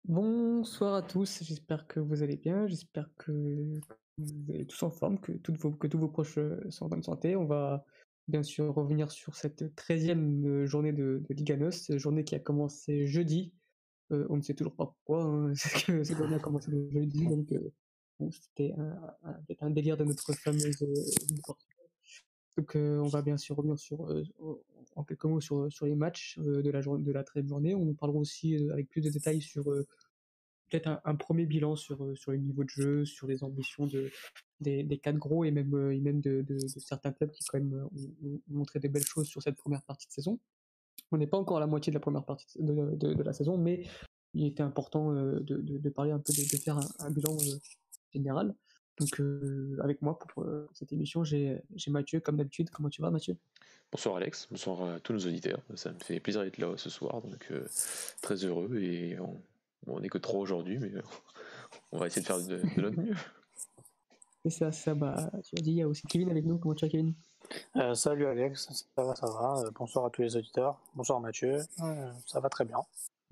Bonsoir à tous, j'espère que vous allez bien, j'espère que vous êtes tous en forme, que tous vos proches sont en bonne santé. On va bien sûr revenir sur cette 13e journée de Liga NOS, journée qui a commencé jeudi. On ne sait toujours pas pourquoi, hein, c'est que cette journée a commencé le jeudi, donc bon, c'était peut-être un délire de notre fameuse Ligue du Portugal. Donc on va bien sûr revenir en quelques mots sur les matchs de la 13e journée. On parlera aussi avec plus de détails sur peut-être un premier bilan sur les niveaux de jeu, sur les ambitions des quatre gros et même de certains clubs qui quand même ont montré des belles choses sur cette première partie de saison. On n'est pas encore à la moitié de la première partie de la saison, mais il était important de parler un peu, de faire un bilan général. Donc avec moi pour cette émission, j'ai Mathieu, comme d'habitude. Comment tu vas, Mathieu? Bonsoir Alex, bonsoir à tous nos auditeurs. Ça me fait plaisir d'être là ce soir, donc très heureux et on n'est que trois aujourd'hui, mais on va essayer de faire de notre mieux. Et ça, bah, tu as dit, il y a aussi Kevin avec nous. Comment tu vas, Kevin? Salut Alex, ça va, ça va. Bonsoir à tous les auditeurs. Bonsoir Mathieu. Ça va très bien.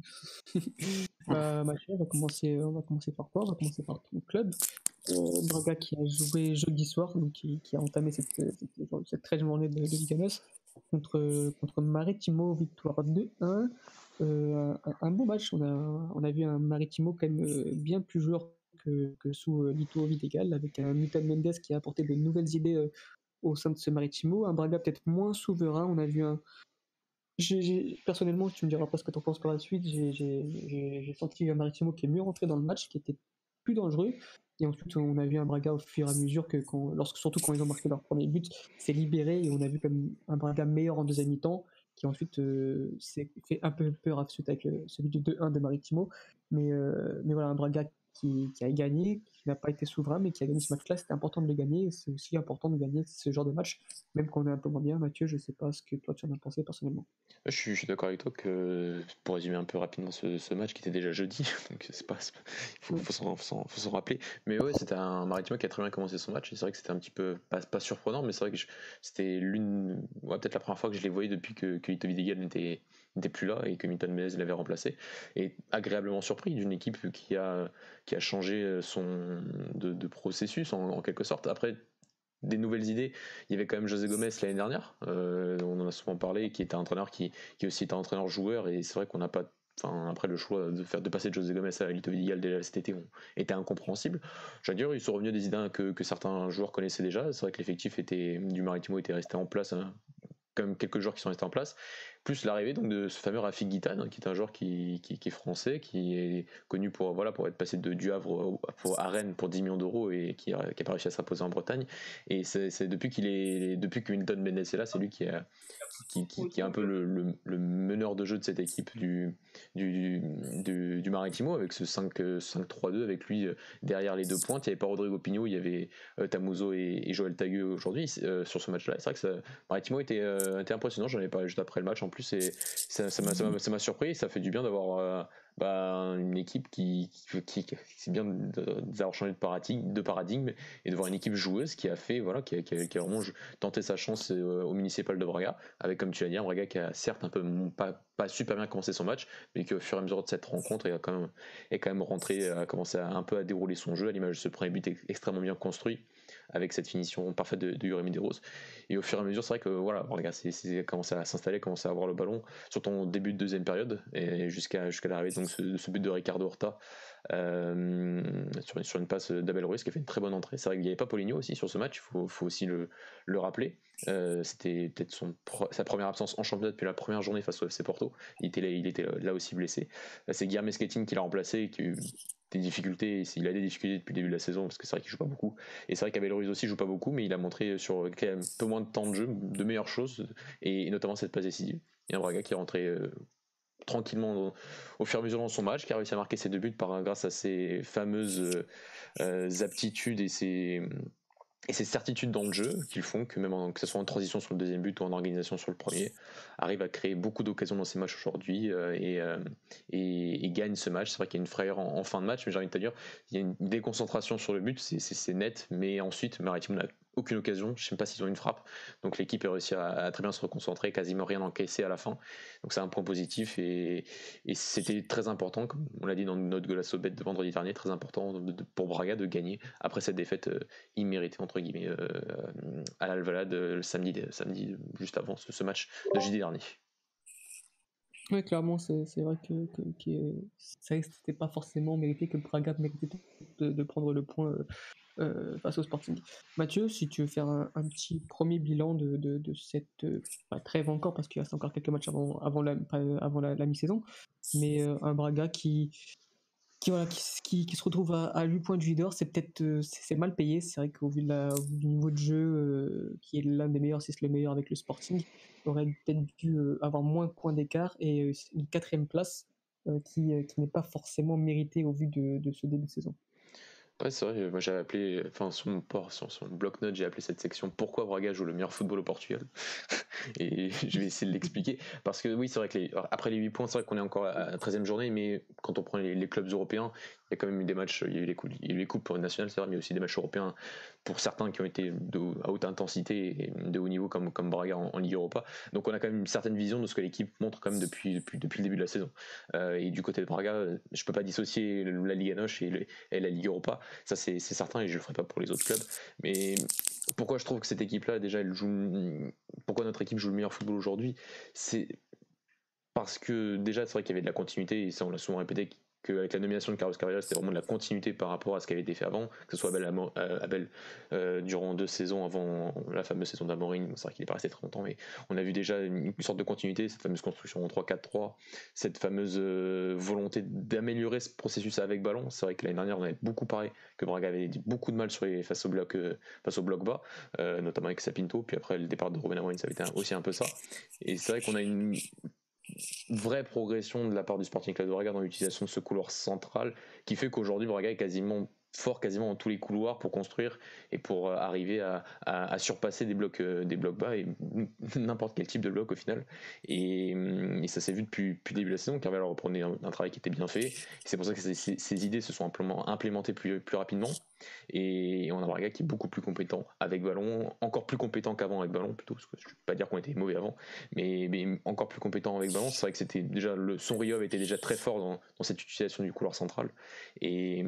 Bah, Mathieu, on va commencer par quoi? On va commencer par ton club. Braga qui a joué jeudi soir, donc qui a entamé cette 13e journée de Liga NOS contre Maritimo, victoire 2-1. Un beau match, on a vu un Maritimo quand même bien plus joueur que sous Lito Videgal, avec un Nutan Mendes qui a apporté de nouvelles idées au sein de ce Maritimo. Un Braga peut-être moins souverain, on a vu personnellement, tu me diras pas ce que tu en penses par la suite, j'ai senti un Maritimo qui est mieux rentré dans le match, qui était plus dangereux. Et ensuite, on a vu un Braga au fur et à mesure surtout quand ils ont marqué leur premier but, s'est libéré et on a vu comme un Braga meilleur en deuxième mi-temps, qui ensuite s'est fait un peu peur ensuite avec celui du 2-1 de Maritimo. Mais voilà, un Braga qui a gagné, qui n'a pas été souverain, mais qui a gagné ce match-là. C'était important de le gagner et c'est aussi important de gagner ce genre de match, même quand on est un peu moins bien. Mathieu, je sais pas ce que toi tu en as pensé personnellement. Je suis d'accord avec toi que, pour résumer un peu rapidement ce match qui était déjà jeudi, donc il faut s'en rappeler. Mais ouais, c'était un Maritimo qui a très bien commencé son match, et c'est vrai que c'était un petit peu, pas surprenant, mais c'est vrai que c'était peut-être la première fois que je les voyais depuis que Lito Vidigal n'était plus là et que Milton Menez l'avait remplacé, et agréablement surpris d'une équipe qui a changé de processus en quelque sorte. Après, des nouvelles idées. Il y avait quand même José Gomez l'année dernière, on en a souvent parlé, qui était un entraîneur qui aussi était un entraîneur-joueur, et c'est vrai qu'on n'a pas. Enfin, après, le choix de passer de José Gomez à Lito Vidigal déjà cet été était incompréhensible. Je veux dire, ils sont revenus des idées que certains joueurs connaissaient déjà. C'est vrai que l'effectif du Maritimo était resté en place, hein, comme quelques joueurs qui sont restés en place, plus l'arrivée donc de ce fameux Rafik Guitane, hein, qui est un joueur qui est français, qui est connu pour être passé du Havre à Rennes pour 10 millions d'euros et qui a pas réussi à s'imposer en Bretagne. Et c'est depuis que Milton Mendes est là, c'est lui qui est un peu le meneur de jeu de cette équipe du Maritimo, avec ce 5-3-2, avec lui derrière les deux pointes. Il n'y avait pas Rodrigo Pinho, il y avait Tamuso et Joël Tagueux aujourd'hui sur ce match-là. C'est vrai que Maritimo était impressionnant, j'en ai parlé juste après le match en plus, et ça m'a surpris, et ça fait du bien d'avoir une équipe qui c'est bien d'avoir changé de paradigme et de voir une équipe joueuse qui a fait qui a vraiment tenté sa chance au municipal de Braga, avec, comme tu l'as dit, un Braga qui a certes un peu pas super bien commencé son match, mais qui au fur et à mesure de cette rencontre est quand même rentré, a commencé un peu à dérouler son jeu, à l'image de ce premier but extrêmement bien construit avec cette finition parfaite de Yuri Medeiros. Et au fur et à mesure, c'est vrai que voilà, Braga c'est commencé à s'installer, commencé à avoir le ballon, surtout en début de deuxième période, et jusqu'à l'arrivée donc ce but de Ricardo Horta sur une passe d'Abel Ruiz qui a fait une très bonne entrée. C'est vrai qu'il n'y avait pas Paulinho aussi sur ce match, il faut aussi le rappeler. C'était peut-être sa première absence en championnat depuis la première journée face au FC Porto. Il était là aussi blessé. C'est Guilherme Esquetine qui l'a remplacé, qui a eu des difficultés. Il a des difficultés depuis le début de la saison parce que c'est vrai qu'il joue pas beaucoup. Et c'est vrai qu'Abel Ruiz aussi joue pas beaucoup, mais il a montré sur quand même un peu moins de temps de jeu de meilleures choses, et notamment cette passe décisive. Et un Braga qui est rentré tranquillement au fur et à mesure dans son match, qui a réussi à marquer ses deux buts grâce à ses fameuses aptitudes et ces certitudes dans le jeu qu'ils font que même que ce soit en transition sur le deuxième but ou en organisation sur le premier, arrive à créer beaucoup d'occasions dans ces matchs aujourd'hui, et gagne ce match. C'est vrai qu'il y a une frayeur en fin de match, mais j'ai envie de te dire, il y a une déconcentration sur le but, c'est net, mais ensuite Maritimo n'a aucune occasion, je ne sais même pas s'ils ont une frappe. Donc l'équipe a réussi à très bien se reconcentrer, quasiment rien encaissé à la fin. Donc c'est un point positif et c'était très important, comme on l'a dit dans notre Golasso Bet de vendredi dernier, très important pour Braga de gagner après cette défaite imméritée entre guillemets à l'Alvalade le samedi juste avant ce match de jeudi dernier. Ouais, clairement, c'est vrai ça n'était pas forcément mérité, que Braga méritait de prendre le point face au Sporting. Mathieu, si tu veux faire un petit premier bilan de cette pas trêve encore, parce qu'il reste encore quelques matchs avant la mi-saison, mais un Braga qui se retrouve à 8 points du leader, c'est peut-être c'est mal payé. C'est vrai qu'au vu du niveau de jeu, qui est l'un des meilleurs, si c'est le meilleur avec le Sporting, il aurait peut-être dû avoir moins de points d'écart et une 4e place qui n'est pas forcément méritée au vu de ce début de saison. Ouais, c'est vrai, moi j'avais appelé, enfin sur mon bloc-notes, j'ai appelé cette section Pourquoi Braga joue le meilleur football au Portugal. Et je vais essayer de l'expliquer. Parce que oui, c'est vrai que après les 8 points, c'est vrai qu'on est encore à la 13e journée, mais quand on prend les clubs européens, il y a quand même eu des matchs, il y a eu les coupes pour une nationale, c'est vrai, mais aussi des matchs européens pour certains qui ont été à haute intensité et de haut niveau comme Braga en Ligue Europa. Donc on a quand même une certaine vision de ce que l'équipe montre quand même depuis le début de la saison. Et du côté de Braga, je peux pas dissocier la Ligue Noche et la Ligue Europa, ça c'est certain, et je le ferai pas pour les autres clubs. Mais pourquoi je trouve que cette équipe-là, déjà, pourquoi notre équipe joue le meilleur football aujourd'hui, c'est parce que déjà, c'est vrai qu'il y avait de la continuité, et ça on l'a souvent répété, qu'avec la nomination de Carlos Carvalhal, c'était vraiment de la continuité par rapport à ce qui avait été fait avant, que ce soit Abel durant 2 saisons avant la fameuse saison d'Amorim. C'est vrai qu'il est pas resté très longtemps, mais on a vu déjà une sorte de continuité, cette fameuse construction en 3-4-3, cette fameuse volonté d'améliorer ce processus avec ballon. C'est vrai que l'année dernière, on avait beaucoup parlé que Braga avait beaucoup de mal face au bloc bas, notamment avec Sapinto, puis après le départ de Ruben Amorim, ça avait été aussi un peu ça. Et c'est vrai qu'on a une vraie progression de la part du Sporting Club de Braga dans l'utilisation de ce couloir central, qui fait qu'aujourd'hui Braga est quasiment fort dans tous les couloirs pour construire et pour arriver à surpasser des blocs bas et n'importe quel type de bloc au final. Et ça s'est vu depuis le début de la saison. Carvalhal reprenait un travail qui était bien fait. C'est pour ça que ces idées se sont implémentées plus rapidement. Et on a Braga qui est beaucoup plus compétent avec ballon, encore plus compétent qu'avant avec ballon plutôt, parce que je ne peux pas dire qu'on était mauvais avant, mais encore plus compétent avec ballon. C'est vrai que c'était déjà son Rio était déjà très fort dans cette utilisation du couloir central. Et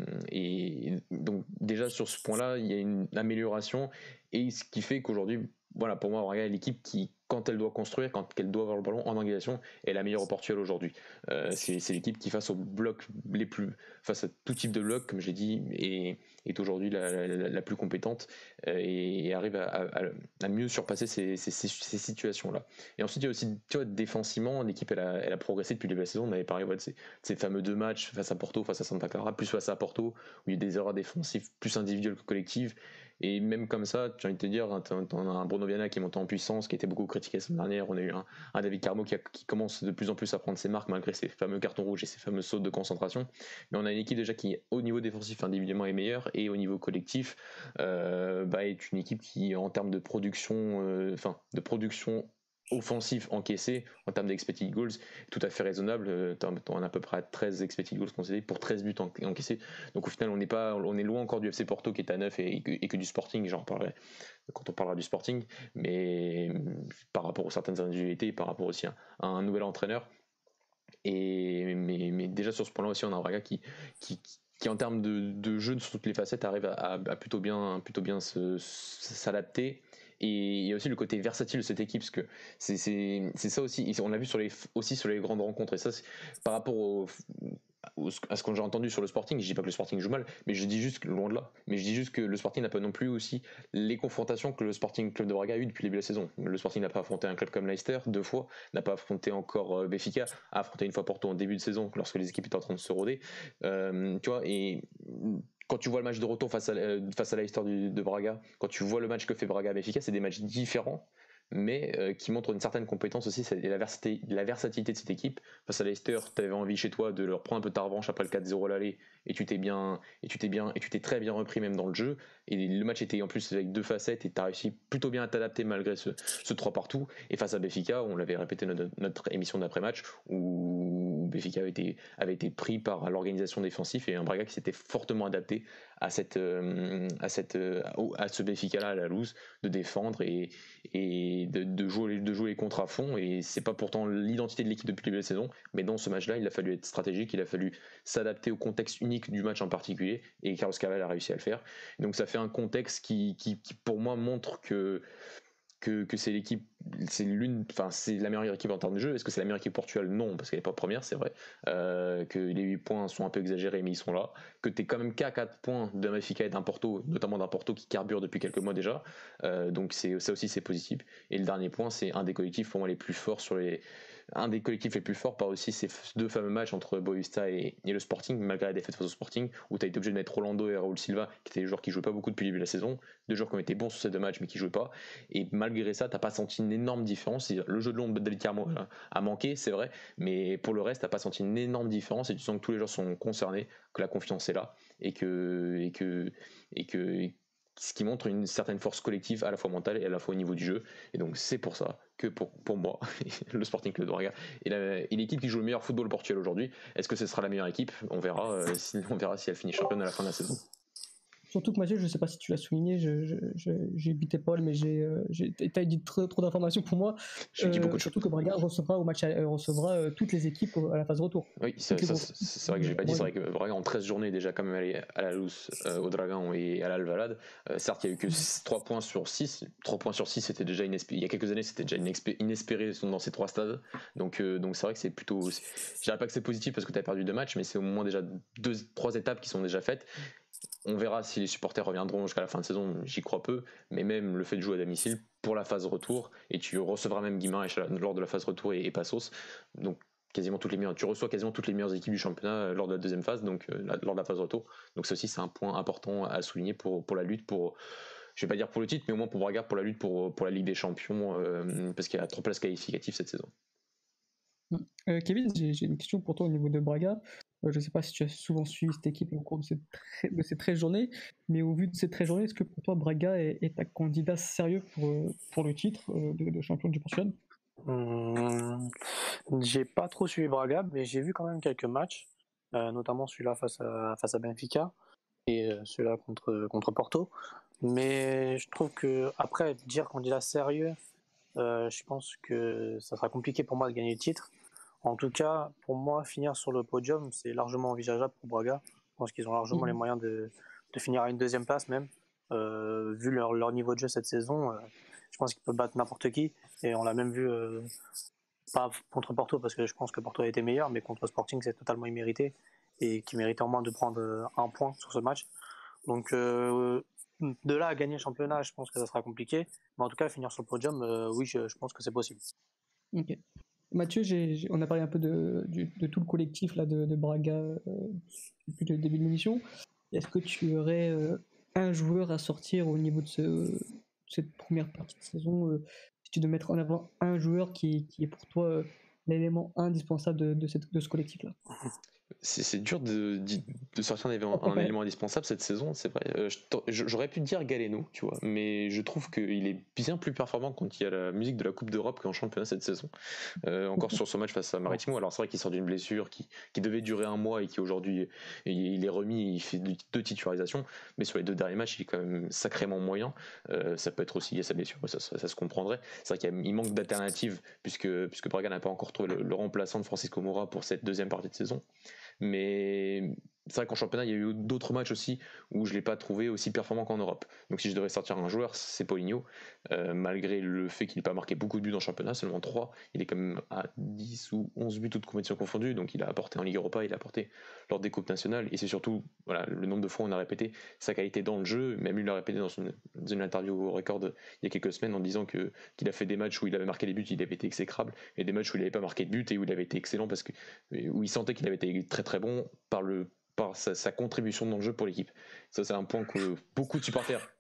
donc déjà sur ce point-là, il y a une amélioration, et ce qui fait qu'aujourd'hui, voilà, pour moi, Braga est l'équipe qui, quand elle doit construire, quand elle doit avoir le ballon en organisation, est la meilleure au Portugal aujourd'hui. C'est l'équipe qui, face à tout type de bloc, comme j'ai dit, est aujourd'hui la plus compétente et arrive à mieux surpasser ces situations-là. Et ensuite, il y a aussi, tu vois, défensivement, l'équipe elle a progressé depuis le début de la saison. On avait parlé de ces fameux 2 matchs face à Porto, face à Santa Clara, plus face à Porto, où il y a eu des erreurs défensives plus individuelles que collectives. Et même comme ça, tu as envie de te dire, t'en as un Bruno Viana qui est monté en puissance, qui était beaucoup critiqué la semaine dernière. On a eu un David Carmo qui commence de plus en plus à prendre ses marques malgré ses fameux cartons rouges et ses fameuses sautes de concentration. Mais on a une équipe déjà qui, au niveau défensif individuellement, est meilleure, et au niveau collectif, est une équipe qui, en termes de production, offensif encaissé, en termes d'expected goals, tout à fait raisonnable. On a à peu près 13 expected goals concédés pour 13 buts encaissés. Donc au final, on est loin encore du FC Porto qui est à 9 et que du Sporting. J'en reparlerai quand on parlera du Sporting, mais par rapport aux certaines individualités, par rapport aussi à un nouvel entraîneur. Mais déjà sur ce point-là aussi, on a un Braga qui en termes de jeu sur toutes les facettes arrive à plutôt bien s'adapter. Et il y a aussi le côté versatile de cette équipe, parce que c'est ça aussi, on l'a vu aussi sur les grandes rencontres, et ça par rapport à ce que j'ai entendu sur le Sporting. Je dis pas que le Sporting joue mal, mais je dis juste que, loin de là, mais je dis juste que le Sporting n'a pas non plus aussi les confrontations que le Sporting Club de Braga a eu depuis le début de la saison. Le Sporting n'a pas affronté un club comme Leicester 2 fois, n'a pas affronté encore Benfica, a affronté une fois Porto en début de saison lorsque les équipes étaient en train de se roder. Tu vois, et quand tu vois le match de retour face à Leicester de Braga, quand tu vois le match que fait Braga à Benfica, c'est des matchs différents. mais qui montre une certaine compétence aussi, c'est la versatilité de cette équipe. Face à Leicester, tu avais envie chez toi de leur prendre un peu ta revanche après le 4-0 à l'aller, et tu t'es très bien repris même dans le jeu. Et le match était en plus avec 2 facettes, et tu as réussi plutôt bien à t'adapter malgré ce 3 partout. Et face à Benfica, on l'avait répété notre émission d'après-match, où Benfica avait été pris par l'organisation défensive, et un Braga qui s'était fortement adapté à ce Benfica-là à la loose, de défendre et de jouer les contres à fond. Et c'est pas pourtant l'identité de l'équipe depuis le début de la saison, mais dans ce match-là, il a fallu être stratégique, il a fallu s'adapter au contexte unique du match en particulier, et Carlos Carvalhal a réussi à le faire. Et donc ça fait un contexte qui pour moi montre que c'est l'équipe, c'est la meilleure équipe en termes de jeu. Est-ce que c'est la meilleure équipe Portugal? Non, parce qu'elle n'est pas première, c'est vrai. Que les 8 points sont un peu exagérés, mais ils sont là. Que tu es quand même qu'à 4 points d'un Benfica et d'un Porto, notamment d'un Porto qui carbure depuis quelques mois déjà. Donc ça aussi, c'est positif. Et le dernier point, c'est un des collectifs pour moi les plus forts un des collectifs les plus forts par aussi ces 2 fameux matchs entre Boavista et le Sporting, malgré la défaite face au Sporting, où tu as été obligé de mettre Rolando et Raúl Silva, qui étaient des joueurs qui jouaient pas beaucoup depuis le début de la saison, 2 joueurs qui ont été bons sur ces 2 matchs mais qui jouaient pas. Et malgré ça, t'as pas senti une énorme différence. Le jeu de l'ombre de Carmo a manqué, c'est vrai, mais pour le reste, t'as pas senti une énorme différence, et tu sens que tous les joueurs sont concernés, que la confiance est là, et que ce qui montre une certaine force collective à la fois mentale et à la fois au niveau du jeu. Et donc c'est pour ça que pour moi, le Sporting Club de Braga est l'équipe qui joue le meilleur football au Portugal aujourd'hui. Est-ce que ce sera la meilleure équipe? On verra, on verra si elle finit championne à la fin de la saison. Surtout que Mathieu, je ne sais pas si tu l'as souligné, j'ai buté Paul, mais t'as dit trop d'informations pour moi. J'ai dit beaucoup de surtout que Braga recevra toutes les équipes à la phase retour. Oui, c'est vrai que j'ai pas dit. C'est vrai que Braga en 13 journées déjà quand même allé à la Luz, au Dragon et à l'Alvalade. Certes, il y a eu que 3 points sur 6. 3 points sur 6, c'était déjà inespéré. Il y a quelques années, c'était déjà inespéré dans ces 3 stades. Donc c'est vrai que c'est plutôt. Je dirais pas que c'est positif parce que tu as perdu 2 matchs, mais c'est au moins déjà 3 étapes qui sont déjà faites. On verra si les supporters reviendront jusqu'à la fin de saison, j'y crois peu, mais même le fait de jouer à domicile pour la phase retour, et tu recevras même Guimarães lors de la phase retour et Passos, donc tu reçois quasiment toutes les meilleures équipes du championnat lors de la deuxième phase, donc lors de la phase retour. Donc ça aussi, c'est un point important à souligner pour la lutte, je vais pas dire pour le titre, mais au moins pour Braga, pour la lutte pour la Ligue des Champions, parce qu'il y a 3 places qualificatives cette saison. Kevin, j'ai une question pour toi au niveau de Braga. Je ne sais pas si tu as souvent suivi cette équipe au cours de ces 13 journées, mais au vu de ces 13 journées, est-ce que pour toi Braga est un candidat sérieux pour le titre de champion du Portugal? J'ai pas trop suivi Braga, mais j'ai vu quand même quelques matchs, notamment celui-là face à Benfica et celui-là contre Porto. Mais je trouve que après dire candidat sérieux, je pense que ça sera compliqué pour moi de gagner le titre. En tout cas, pour moi, finir sur le podium, c'est largement envisageable pour Braga. Je pense qu'ils ont largement les moyens de finir à une 2e place même. Vu leur niveau de jeu cette saison, je pense qu'ils peuvent battre n'importe qui. Et on l'a même vu, pas contre Porto, parce que je pense que Porto a été meilleur, mais contre Sporting, c'est totalement immérité. Et qui méritait au moins de prendre 1 point sur ce match. Donc de là à gagner le championnat, je pense que ça sera compliqué. Mais en tout cas, finir sur le podium, oui, je pense que c'est possible. Ok. Mathieu, on a parlé un peu de tout le collectif là, de Braga depuis le début de l'émission. Est-ce que tu aurais un joueur à sortir au niveau de cette première partie de saison si tu dois mettre en avant un joueur qui est pour toi l'élément indispensable de ce collectif-là? C'est dur de sortir un élément indispensable cette saison, c'est vrai. J'aurais pu dire Galeno, tu vois, mais je trouve qu'il est bien plus performant quand il y a la musique de la Coupe d'Europe qu'en championnat cette saison. Encore sur ce match face à Maritimo, alors c'est vrai qu'il sort d'une blessure qui devait durer 1 mois et qui aujourd'hui il est remis, il fait 2 titularisations, mais sur les 2 derniers matchs il est quand même sacrément moyen. Ça peut être aussi lié à sa blessure, ça se comprendrait. C'est vrai qu'il manque d'alternatives puisque Braga n'a pas encore trouvé le remplaçant de Francisco Moura pour cette 2e partie de saison. Mais c'est vrai qu'en championnat, il y a eu d'autres matchs aussi où je ne l'ai pas trouvé aussi performant qu'en Europe. Donc si je devais sortir un joueur, c'est Paulinho. Malgré le fait qu'il n'ait pas marqué beaucoup de buts en championnat, seulement 3, il est quand même à 10 ou 11 buts toutes compétitions confondues. Donc il a apporté en Ligue Europa, il a apporté lors des Coupes nationales. Et c'est surtout, voilà, le nombre de fois on a répété sa qualité dans le jeu. Même lui l'a répété dans une interview au Record il y a quelques semaines en disant qu'il a fait des matchs où il avait marqué des buts, il avait été exécrable, et des matchs où il n'avait pas marqué de but et où il avait été excellent où il sentait qu'il avait été très très bon par sa contribution dans le jeu pour l'équipe. Ça, c'est un point que beaucoup de supporters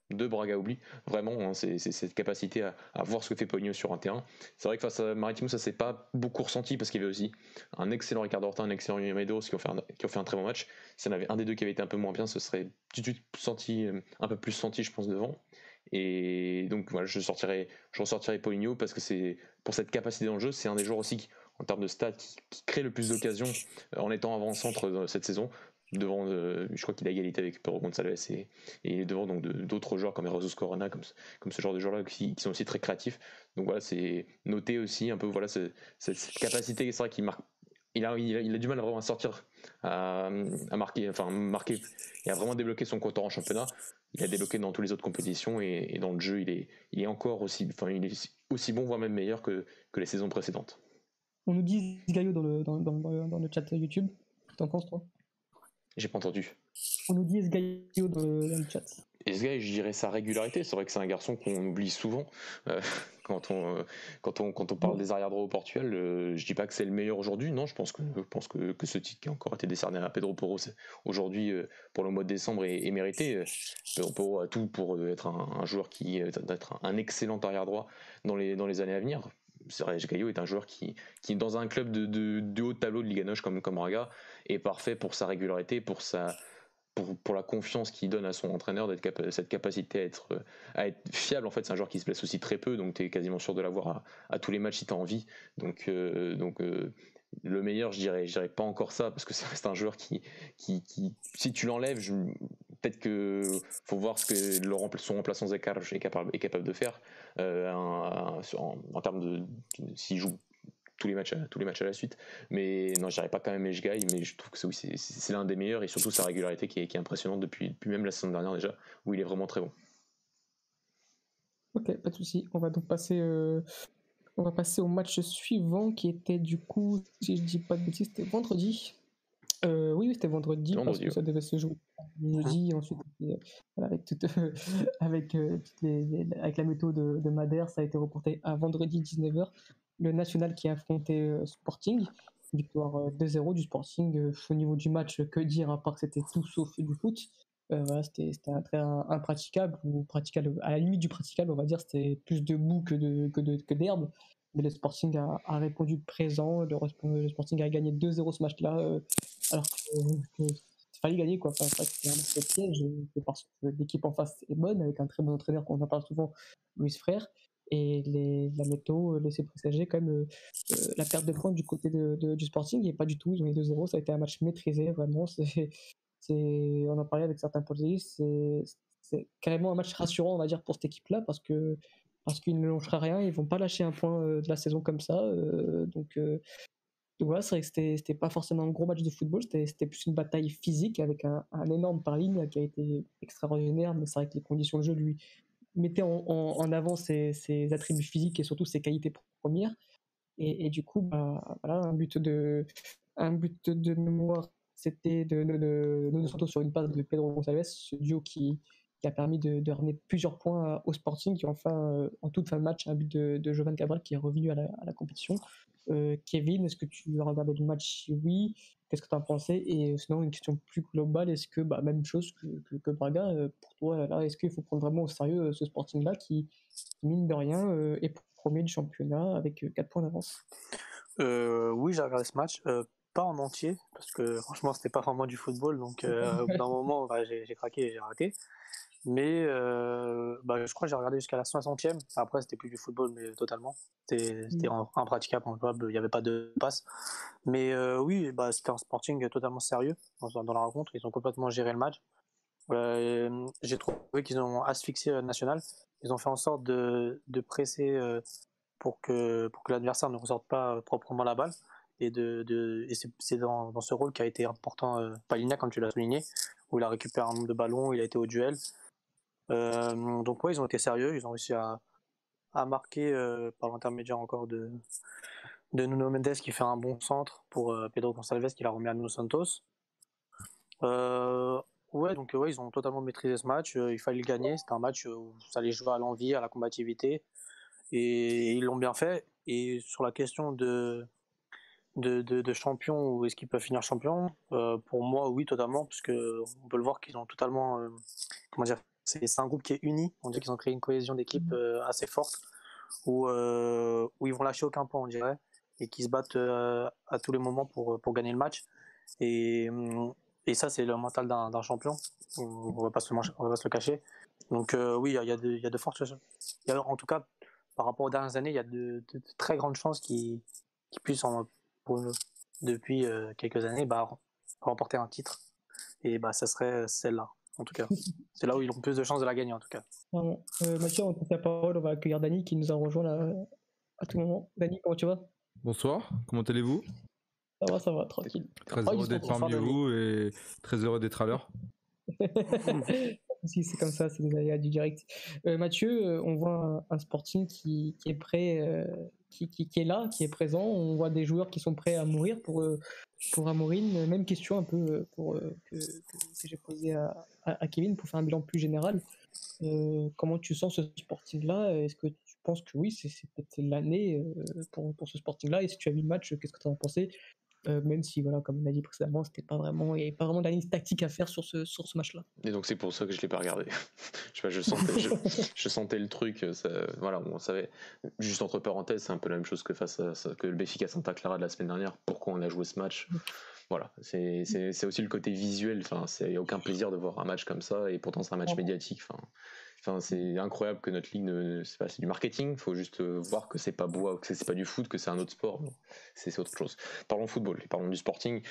de Braga oublie, vraiment, hein, c'est cette capacité à voir ce que fait Poligno sur un terrain. C'est vrai que face à Maritimo, ça s'est pas beaucoup ressenti parce qu'il y avait aussi un excellent Ricardo Horta, un excellent Medeiros qui ont fait un très bon match. S'il y en avait un des deux qui avait été un peu moins bien, ce serait tout de suite senti, un peu plus senti, je pense, devant. Et donc voilà, je ressortirai Poligno parce que c'est pour cette capacité dans le jeu, c'est un des joueurs aussi en termes de stats qui crée le plus d'occasions en étant avant-centre cette saison. Devant, je crois qu'il a égalité avec Pedro Gonçalves et devant donc d'autres joueurs comme Erosus Corona, comme ce genre de joueurs-là qui sont aussi très créatifs. Donc voilà, c'est noté aussi un peu voilà cette capacité, c'est vrai qu'il marque. Il a du mal à vraiment sortir, à marquer, et à vraiment débloquer son compteur en championnat. Il a débloqué dans toutes les autres compétitions et dans le jeu, il est encore aussi, il est aussi bon, voire même meilleur que les saisons précédentes. On nous dit Gaillot dans le chat YouTube. T'en penses, toi? J'ai pas entendu. On nous dit Gaillot dans le chat. Et ce gars, je dirais sa régularité. C'est vrai que c'est un garçon qu'on oublie souvent quand on parle des arrière droits au Portugal. Je dis pas que c'est le meilleur aujourd'hui. Non, je pense que ce titre qui a encore été décerné à Pedro Porro aujourd'hui pour le mois de décembre est mérité. Pedro Porro a tout pour être un joueur d'être un excellent arrière droit dans les années à venir. C'est vrai, Gaillot est un joueur qui dans un club de haut de tableau de Liga NOS comme Braga est parfait pour sa régularité, pour la confiance qu'il donne à son entraîneur, cette capacité à être fiable. En fait, c'est un joueur qui se blesse aussi très peu, donc tu es quasiment sûr de l'avoir à tous les matchs si tu as envie. Donc, le meilleur, je dirais pas encore ça, parce que ça reste un joueur qui si tu l'enlèves, peut-être que faut voir ce que son remplaçant Zekar est capable de faire en termes de s'il joue tous les matchs à la suite. Mais non, je dirais pas quand même Eshgaï, mais je trouve que c'est l'un des meilleurs et surtout sa régularité qui est impressionnante depuis même la saison dernière déjà, où il est vraiment très bon. Ok, pas de souci. On va donc passer au match suivant qui était du coup, si je dis pas de bêtises, c'était vendredi. Oui, c'était vendredi parce que ça devait se jouer jeudi. Ensuite, voilà, avec la méthode de Madère, ça a été reporté à vendredi 19h. Le National qui a affronté Sporting, victoire 2-0 du Sporting. Au niveau du match, que dire à part que c'était tout sauf du foot. Voilà, c'était un très impraticable ou praticable à la limite du praticable, on va dire. C'était plus de boue que d'herbe. Mais le Sporting a répondu présent. Le Sporting a gagné 2-0 ce match-là, alors que fallait gagner, quoi. Enfin, c'était un match piège parce que l'équipe en face est bonne, avec un très bon entraîneur qu'on en parle souvent, Luis Frère. Et la météo laissait présager quand même la perte de points du côté du Sporting, et pas du tout. Ils ont eu 2-0. Ça a été un match maîtrisé, vraiment. On en parlait avec certains journalistes, c'est carrément un match rassurant, on va dire, pour cette équipe-là, parce qu'ils ne lâchera rien, ils vont pas lâcher un point de la saison comme ça. Donc voilà, c'est vrai que c'était pas forcément un gros match de football, c'était plus une bataille physique avec un énorme par ligne qui a été extraordinaire, mais c'est vrai que les conditions de jeu lui mettaient en avant ses attributs physiques et surtout ses qualités premières. Et du coup, bah, voilà, un but de mémoire, c'était de Nuno Santos sur une passe de Pedro Gonçalves, ce duo qui a permis de ramener plusieurs points au Sporting, qui en toute fin de match, un but de Jovan Cabral qui est revenu à la compétition. Kevin, est-ce que tu as regardé le match? Oui. Qu'est-ce que tu en pensais? Et sinon, une question plus globale, est-ce que, bah, même chose que Braga, pour toi, là, est-ce qu'il faut prendre vraiment au sérieux ce Sporting-là qui, mine de rien, est premier du championnat avec 4 points d'avance? Oui, j'ai regardé ce match, pas en entier, parce que franchement, c'était pas vraiment du football, donc au bout d'un moment, bah, j'ai craqué et j'ai arrêté. Mais bah, je crois que j'ai regardé jusqu'à la 60e. Après, c'était plus du football, mais totalement. C'était impraticable, il n'y avait pas de passe. Mais oui, bah, c'était un Sporting totalement sérieux dans la rencontre. Ils ont complètement géré le match. J'ai trouvé qu'ils ont asphyxié National. Ils ont fait en sorte de presser pour que l'adversaire ne ressorte pas proprement la balle. Et c'est dans ce rôle qu'a été important Palhinha, comme tu l'as souligné, où il a récupéré un nombre de ballons, il a été au duel. Donc ouais, ils ont été sérieux, ils ont réussi à marquer par l'intermédiaire encore de Nuno Mendes qui fait un bon centre pour Pedro Gonçalves qui l'a remis à Nuno Santos. Ouais, donc ouais, ils ont totalement maîtrisé ce match. Il fallait le gagner. C'était un match où ça allait jouer à l'envie, à la combativité, et ils l'ont bien fait. Et sur la question de champion, ou est-ce qu'ils peuvent finir champion, pour moi, oui, totalement, parce que on peut le voir qu'ils ont totalement, comment dire, c'est un groupe qui est uni. On dirait qu'ils ont créé une cohésion d'équipe assez forte où ils vont lâcher aucun point, on dirait, et qui se battent à tous les moments pour gagner le match. Et, et ça, c'est le mental d'un champion. On va pas se le cacher. Donc oui, il y a de fortes choses. En tout cas, par rapport aux dernières années, il y a de très grandes chances qu'ils puissent, depuis quelques années, remporter un titre. Et ça serait celle-là, en tout cas. C'est là où ils ont plus de chances de la gagner, en tout cas. Vraiment. Mathieu, on te passe la parole, on va accueillir Dany qui nous a rejoint là à tout moment. Dany, comment tu vas? Bonsoir, comment allez-vous? Ça va, tranquille. Très heureux d'être parmi vous et très heureux d'être à l'heure. Si c'est comme ça, c'est les aléas du direct. Mathieu, on voit un Sporting qui est prêt, qui est là, qui est présent. On voit des joueurs qui sont prêts à mourir pour Amorine. Même question un peu que j'ai posée à Kevin pour faire un bilan plus général. Comment tu sens ce Sporting-là? Est-ce que tu penses que oui, c'est peut-être l'année pour ce Sporting-là? Et si tu as vu le match, qu'est-ce que tu en as pensé? Même si, voilà, comme on a dit précédemment, il n'y avait pas vraiment d'analyse tactique à faire sur ce match-là. Et donc c'est pour ça que je ne l'ai pas regardé. Je sais pas, je sentais le truc. Voilà, on savait. Juste entre parenthèses, c'est un peu la même chose que que le Benfica Santa Clara de la semaine dernière. Pourquoi on a joué ce match? Voilà, c'est aussi le côté visuel. Enfin, c'est aucun plaisir de voir un match comme ça, et pourtant c'est un match médiatique. Enfin, c'est incroyable que notre ligue c'est du marketing. Il faut juste voir que c'est pas beau, que c'est pas du foot, que c'est un autre sport. C'est autre chose. Parlons football, parlons du Sporting.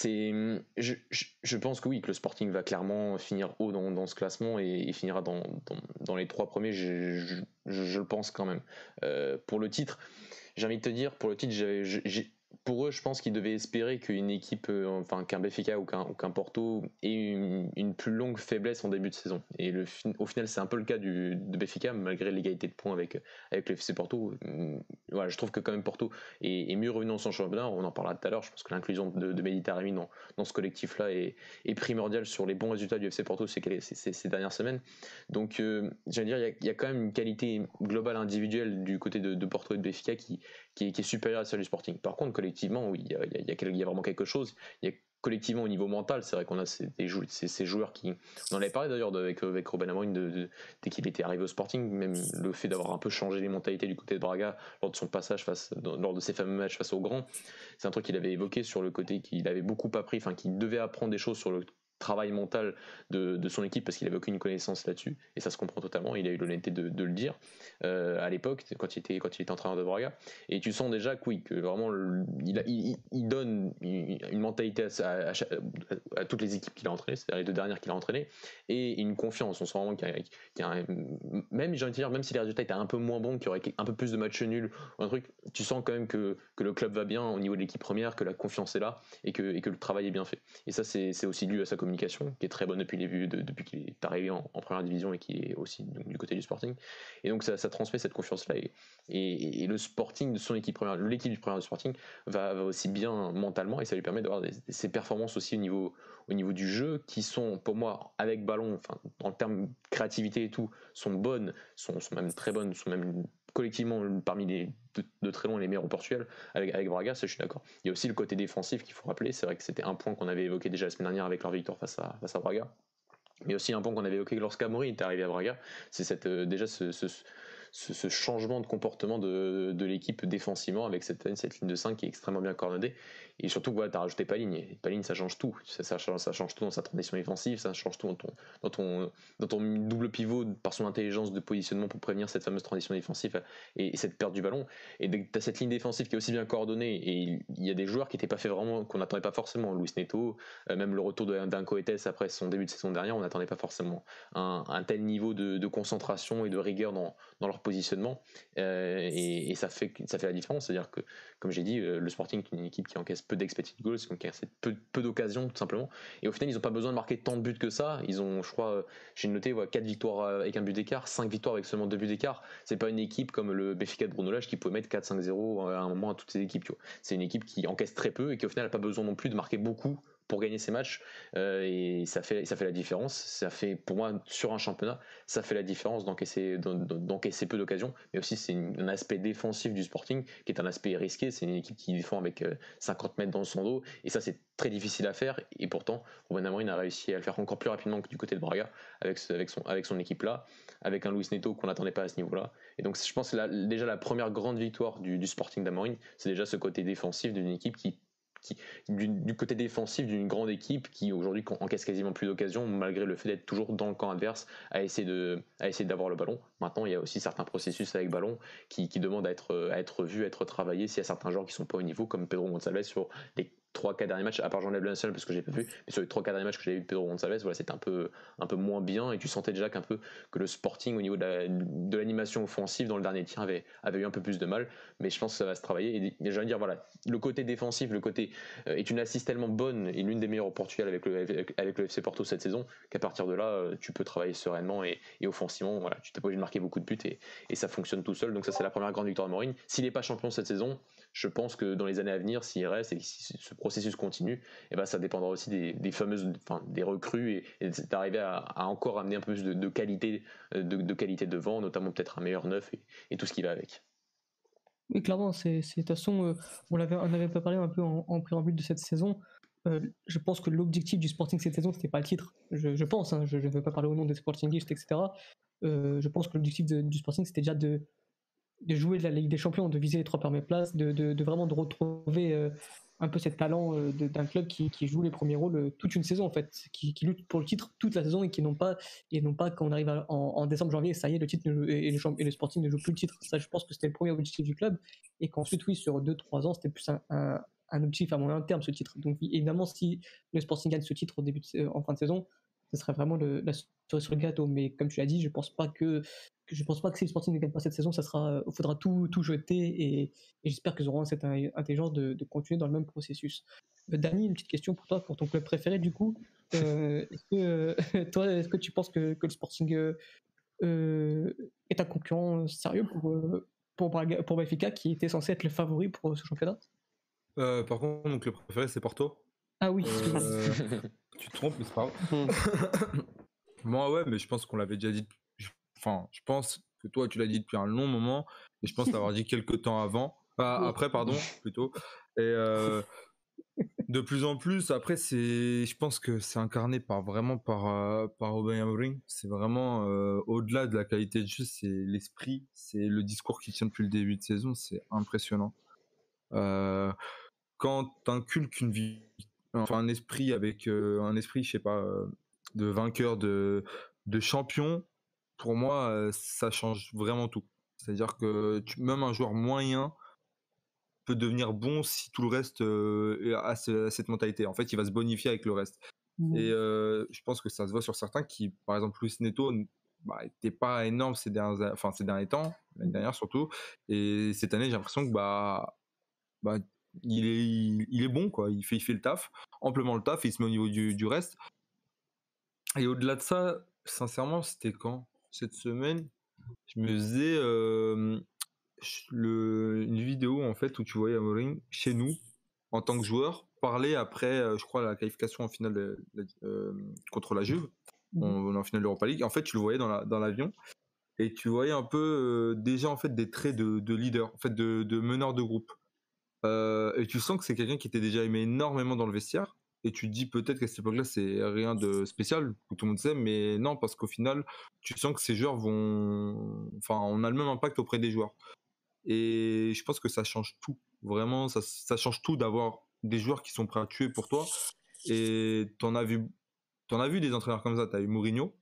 Je pense que oui, que le Sporting va clairement finir haut dans ce classement et finira dans les 3 premiers. Je le pense quand même. Pour le titre, j'ai envie de te dire, pour le titre, pour eux, je pense qu'ils devaient espérer qu'une équipe, qu'un Benfica ou qu'un Porto ait une plus longue faiblesse en début de saison. Et au final, c'est un peu le cas de Benfica, malgré l'égalité de points avec le FC Porto. Voilà, je trouve que quand même Porto est mieux revenu dans son championnat. On en parlera tout à l'heure. Je pense que l'inclusion de Mehdi Taremi dans ce collectif-là est primordiale sur les bons résultats du FC Porto ces dernières semaines. Donc, j'allais dire, il y a quand même une qualité globale individuelle du côté de Porto et de Benfica qui est supérieure à celle du Sporting. Par contre, collectivement, oui, il y a vraiment quelque chose. Il y a collectivement au niveau mental, c'est vrai qu'on a ces joueurs qui... On en avait parlé d'ailleurs avec Ruben Amorim dès qu'il était arrivé au Sporting, même le fait d'avoir un peu changé les mentalités du côté de Braga lors de son passage lors de ses fameux matchs face aux grands. C'est un truc qu'il avait évoqué sur le côté qu'il avait beaucoup appris, enfin qu'il devait apprendre des choses sur le travail mental de son équipe parce qu'il n'avait aucune connaissance là-dessus, et ça se comprend totalement. Il a eu l'honnêteté de le dire à l'époque quand il était entraîneur de Braga, et tu sens déjà que vraiment il donne une mentalité à toutes les équipes qu'il a entraînées, c'est-à-dire les 2 dernières qu'il a entraînées, et une confiance. On sent vraiment même, j'ai envie de dire, même si les résultats étaient un peu moins bons, qu'il y aurait un peu plus de matchs nuls ou un truc, tu sens quand même que le club va bien au niveau de l'équipe première, que la confiance est là et que le travail est bien fait. Et ça, c'est aussi dû à sa communication qui est très bonne depuis qu'il est arrivé en première division, et qui est aussi du côté du Sporting. Et donc ça transmet cette confiance-là, et le Sporting de son équipe première, l'équipe du première du Sporting va aussi bien mentalement, et ça lui permet d'avoir ses performances aussi au niveau du jeu, qui sont pour moi avec ballon, enfin en termes de créativité et tout, sont bonnes, sont même très bonnes, sont même collectivement parmi de très loin les meilleurs au Portugal avec Braga. Ça, je suis d'accord. Il y a aussi le côté défensif qu'il faut rappeler. C'est vrai que c'était un point qu'on avait évoqué déjà la semaine dernière avec leur victoire face à Braga, mais aussi un point qu'on avait évoqué lorsqu'Amorim était arrivé à Braga. C'est déjà ce changement de comportement de l'équipe défensivement, avec cette ligne de 5 qui est extrêmement bien coordonnée, et surtout tu as rajouté Paligne, et Paligne ça change tout, ça change tout dans sa transition défensive, ça change tout dans ton double pivot, par son intelligence de positionnement pour prévenir cette fameuse transition défensive et cette perte du ballon. Et tu as cette ligne défensive qui est aussi bien coordonnée, et il y a des joueurs qui n'étaient pas faits vraiment, qu'on n'attendait pas forcément. Luis Neto, même le retour d'un Coetes après son début de saison dernière, on n'attendait pas forcément un tel niveau de concentration et de rigueur dans leur positionnement, et ça fait la différence. C'est-à-dire que, comme j'ai dit, le Sporting est une équipe qui encaisse peu d'expected goals, qui encaisse peu d'occasions tout simplement, et au final ils n'ont pas besoin de marquer tant de buts que ça. Ils ont, je crois, j'ai noté 4 victoires avec un but d'écart, 5 victoires avec seulement 2 buts d'écart. C'est pas une équipe comme le Benfica de Bruno Lage qui peut mettre 4-5-0 à un moment à toutes ces équipes, tu vois. C'est une équipe qui encaisse très peu et qui au final n'a pas besoin non plus de marquer beaucoup pour gagner ces matchs, et ça fait la différence. Ça fait, pour moi, sur un championnat, ça fait la différence d'encaisser peu d'occasions, mais aussi c'est un aspect défensif du Sporting qui est un aspect risqué. C'est une équipe qui défend avec 50 mètres dans son dos, et ça c'est très difficile à faire, et pourtant Ruben Amorim a réussi à le faire encore plus rapidement que du côté de Braga avec son équipe là, avec un Luis Neto qu'on n'attendait pas à ce niveau là. Et donc je pense que déjà la première grande victoire du Sporting d'Amorim, c'est déjà ce côté défensif d'une équipe du côté défensif d'une grande équipe qui aujourd'hui encaisse quasiment plus d'occasions, malgré le fait d'être toujours dans le camp adverse à essayer d'avoir le ballon. Maintenant, il y a aussi certains processus avec ballon qui demandent à être vus, à être travaillés. S'il y a certains joueurs qui sont pas au niveau, comme Pedro Gonçalves sur les 3-4 derniers matchs, à part j'enlève le national parce que j'ai pas vu, mais sur les 3-4 derniers matchs que j'avais vu de Pedro Gonçalves, voilà, c'était un peu moins bien, et tu sentais déjà que le Sporting au niveau de l'animation offensive dans le dernier tiers avait eu un peu plus de mal, mais je pense que ça va se travailler. Et je veux dire, voilà, le côté défensif, est une assise tellement bonne et l'une des meilleures au Portugal avec le FC Porto cette saison, qu'à partir de là, tu peux travailler sereinement et offensivement, voilà, tu t'es pas obligé de marquer beaucoup de buts, et ça fonctionne tout seul. Donc ça, c'est la première grande victoire de Mourinho. S'il n'est pas champion cette saison, je pense que dans les années à venir, s'il reste et si ce processus continue, et ben ça dépendra aussi des recrues, et d'arriver à encore amener un peu plus de qualité, de qualité devant, notamment peut-être un meilleur neuf et tout ce qui va avec. Oui, clairement, de toute façon, on avait pas parlé un peu en préambule de cette saison. Je pense que l'objectif du Sporting cette saison, c'était pas le titre. Je pense, hein, je ne veux pas parler au nom des Sportingistes, etc. Je pense que l'objectif du Sporting, c'était déjà de jouer de la Ligue des Champions, de viser les 3 premières places, de vraiment de retrouver un peu cet talent d'un club qui joue les premiers rôles toute une saison en fait, qui lutte pour le titre toute la saison, et non pas quand on arrive en décembre, janvier, ça y est, le titre et le Sporting ne joue plus le titre. Ça, je pense que c'était le premier objectif du club, et qu'ensuite, oui, sur 2-3 ans, c'était plus un objectif à moyen terme, ce titre. Donc évidemment, si le Sporting gagne ce titre en fin de saison, ce serait vraiment la cerise sur le gâteau. Mais comme tu l'as dit, je pense pas que si le Sporting ne gagne pas cette saison, faudra tout jeter, et j'espère qu'ils auront cette intelligence de continuer dans le même processus. Dany, une petite question pour toi, pour ton club préféré du coup. Est-ce que tu penses que le Sporting est un concurrent sérieux pour Benfica, qui était censé être le favori pour ce championnat? Par contre, mon club préféré, c'est Porto. Ah oui, tu te trompes, mais c'est pas grave. Moi, ouais, mais je pense qu'on l'avait déjà dit. Enfin, je pense que toi, tu l'as dit depuis un long moment, et je pense l'avoir dit quelques temps avant. Après, pardon, plutôt. Et de plus en plus, après, je pense que c'est incarné par Ruben Amorim. C'est vraiment au-delà de la qualité de jeu, c'est l'esprit, c'est le discours qui tient depuis le début de saison, c'est impressionnant. Quand t'inculques un esprit avec je sais pas, de vainqueur, de champion, pour moi, ça change vraiment tout. C'est-à-dire que même un joueur moyen peut devenir bon si tout le reste a cette mentalité. En fait, il va se bonifier avec le reste. Et je pense que ça se voit sur certains qui, par exemple, Luis Neto, était pas énorme ces derniers temps, l'année dernière surtout. Et cette année, j'ai l'impression que il est bon, quoi. Il fait le taf, amplement le taf, et il se met au niveau du reste. Et au-delà de ça, sincèrement, c'était quand cette semaine, je me faisais une vidéo en fait où tu voyais Amorim chez nous en tant que joueur parler après, je crois, la qualification en finale contre la Juve. On est en finale d'Europa League. En fait, tu le voyais dans l'avion, et tu voyais un peu déjà en fait des traits de leader, en fait de meneur de groupe. Et tu sens que c'est quelqu'un qui était déjà aimé énormément dans le vestiaire. Et tu te dis peut-être qu'à cette époque-là, c'est rien de spécial, que tout le monde sait, mais non, parce qu'au final, tu sens que ces joueurs on a le même impact auprès des joueurs. Et je pense que ça change tout. Vraiment, ça change tout d'avoir des joueurs qui sont prêts à tuer pour toi. Et t'en as vu des entraîneurs comme ça. T'as eu Mourinho.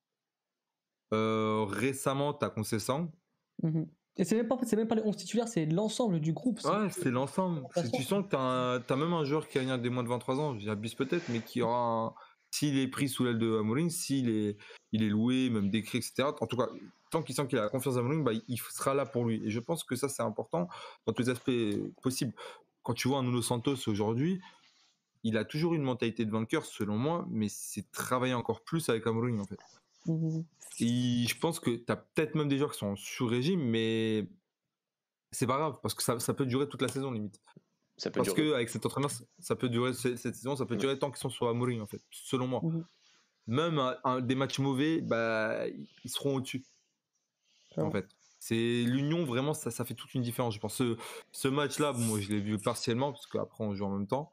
Récemment, t'as Conceição. Et c'est même pas les 11 titulaires, c'est l'ensemble du groupe. Ouais, c'est l'ensemble. Tu sens que t'as même un joueur qui a des moins de 23 ans, j'abuse peut-être, mais qui aura s'il est pris sous l'aile de Amorim, il est loué, même décrit, etc. En tout cas, tant qu'il sent qu'il a la confiance d'Amorim, il sera là pour lui. Et je pense que ça, c'est important dans tous les aspects possibles. Quand tu vois un Nuno Santos aujourd'hui, il a toujours une mentalité de vainqueur, selon moi, mais c'est travailler encore plus avec Amorim, en fait. Et je pense que t'as peut-être même des joueurs qui sont sous régime, mais c'est pas grave, parce que ça peut durer toute la saison, limite. Ça peut Parce durer. qu'avec cet entraîneur, ça peut durer, cette saison, ça peut durer tant qu'ils sont sur Amorim, en fait, selon moi. Mhm. Même des matchs mauvais, bah, ils seront au-dessus, en fait. C'est l'union, vraiment, ça fait toute une différence. Je pense ce match-là, bon, moi, je l'ai vu partiellement, parce qu'après, on joue en même temps.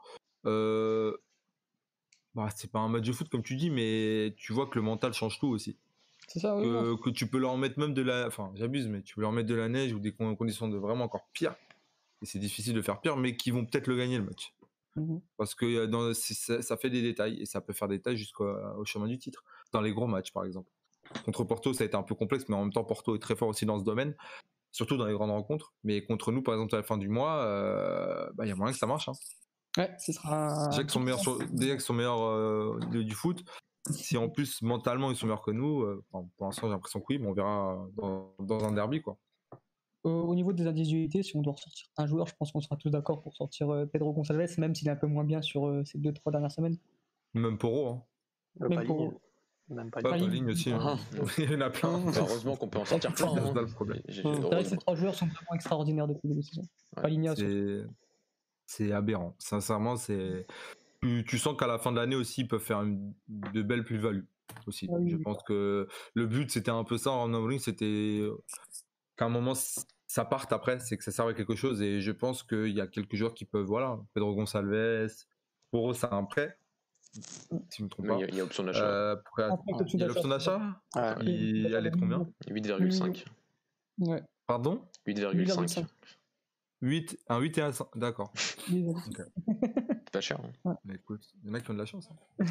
Bah, c'est pas un match de foot, comme tu dis, mais tu vois que le mental change tout aussi. C'est ça, oui. Non. Que tu peux leur mettre même de la... Enfin, j'abuse, mais tu peux leur mettre de la neige ou des conditions de vraiment encore pire. Et c'est difficile de faire pire, mais qui vont peut-être le gagner, le match. Mhm. Parce que ça fait des détails, et ça peut faire des détails jusqu'au chemin du titre. Dans les gros matchs, par exemple. Contre Porto, ça a été un peu complexe, mais en même temps, Porto est très fort aussi dans ce domaine, surtout dans les grandes rencontres. Mais contre nous, par exemple, à la fin du mois, bah, y a moyen que ça marche. Hein. Ouais, ce sera. Déjà qu'ils sont meilleurs du foot, si en plus mentalement ils sont meilleurs que nous, pour l'instant j'ai l'impression que oui, mais on verra dans un derby, quoi. Au niveau des individualités, si on doit ressortir un joueur, je pense qu'on sera tous d'accord pour sortir Pedro Gonçalves, même s'il est un peu moins bien sur ces 2-3 dernières semaines. Même Poro, hein. Même Paligne. pour Même Pas Paligne. Paligne aussi, Ah, hein. Il y en a plein. heureusement qu'on peut en sortir plein. C'est Hein. ça le problème. c'est vrai que ces 3 joueurs sont vraiment extraordinaires depuis le début de saison. Ouais. Paligne, surtout. C'est aberrant. Sincèrement, tu sens qu'à la fin de l'année aussi, ils peuvent faire de belles plus-values aussi. Ah oui, Je oui. pense que le but, c'était un peu ça en Amorim, c'était qu'à un moment, ça parte après, c'est que ça serve à quelque chose. Et je pense qu'il y a quelques joueurs qui peuvent, voilà, Pedro Gonçalves, pour eux, c'est un prêt, si je ne me trompe Mais pas. il y a option d'achat. Il y a l'option d'achat. Ouais. Il allait de combien? 8,5. Ouais. Pardon? 8,5. 8, un 8 et un 5, d'accord. C'est pas cher. Hein. Mais écoute, il y en a qui ont de la chance. Hein.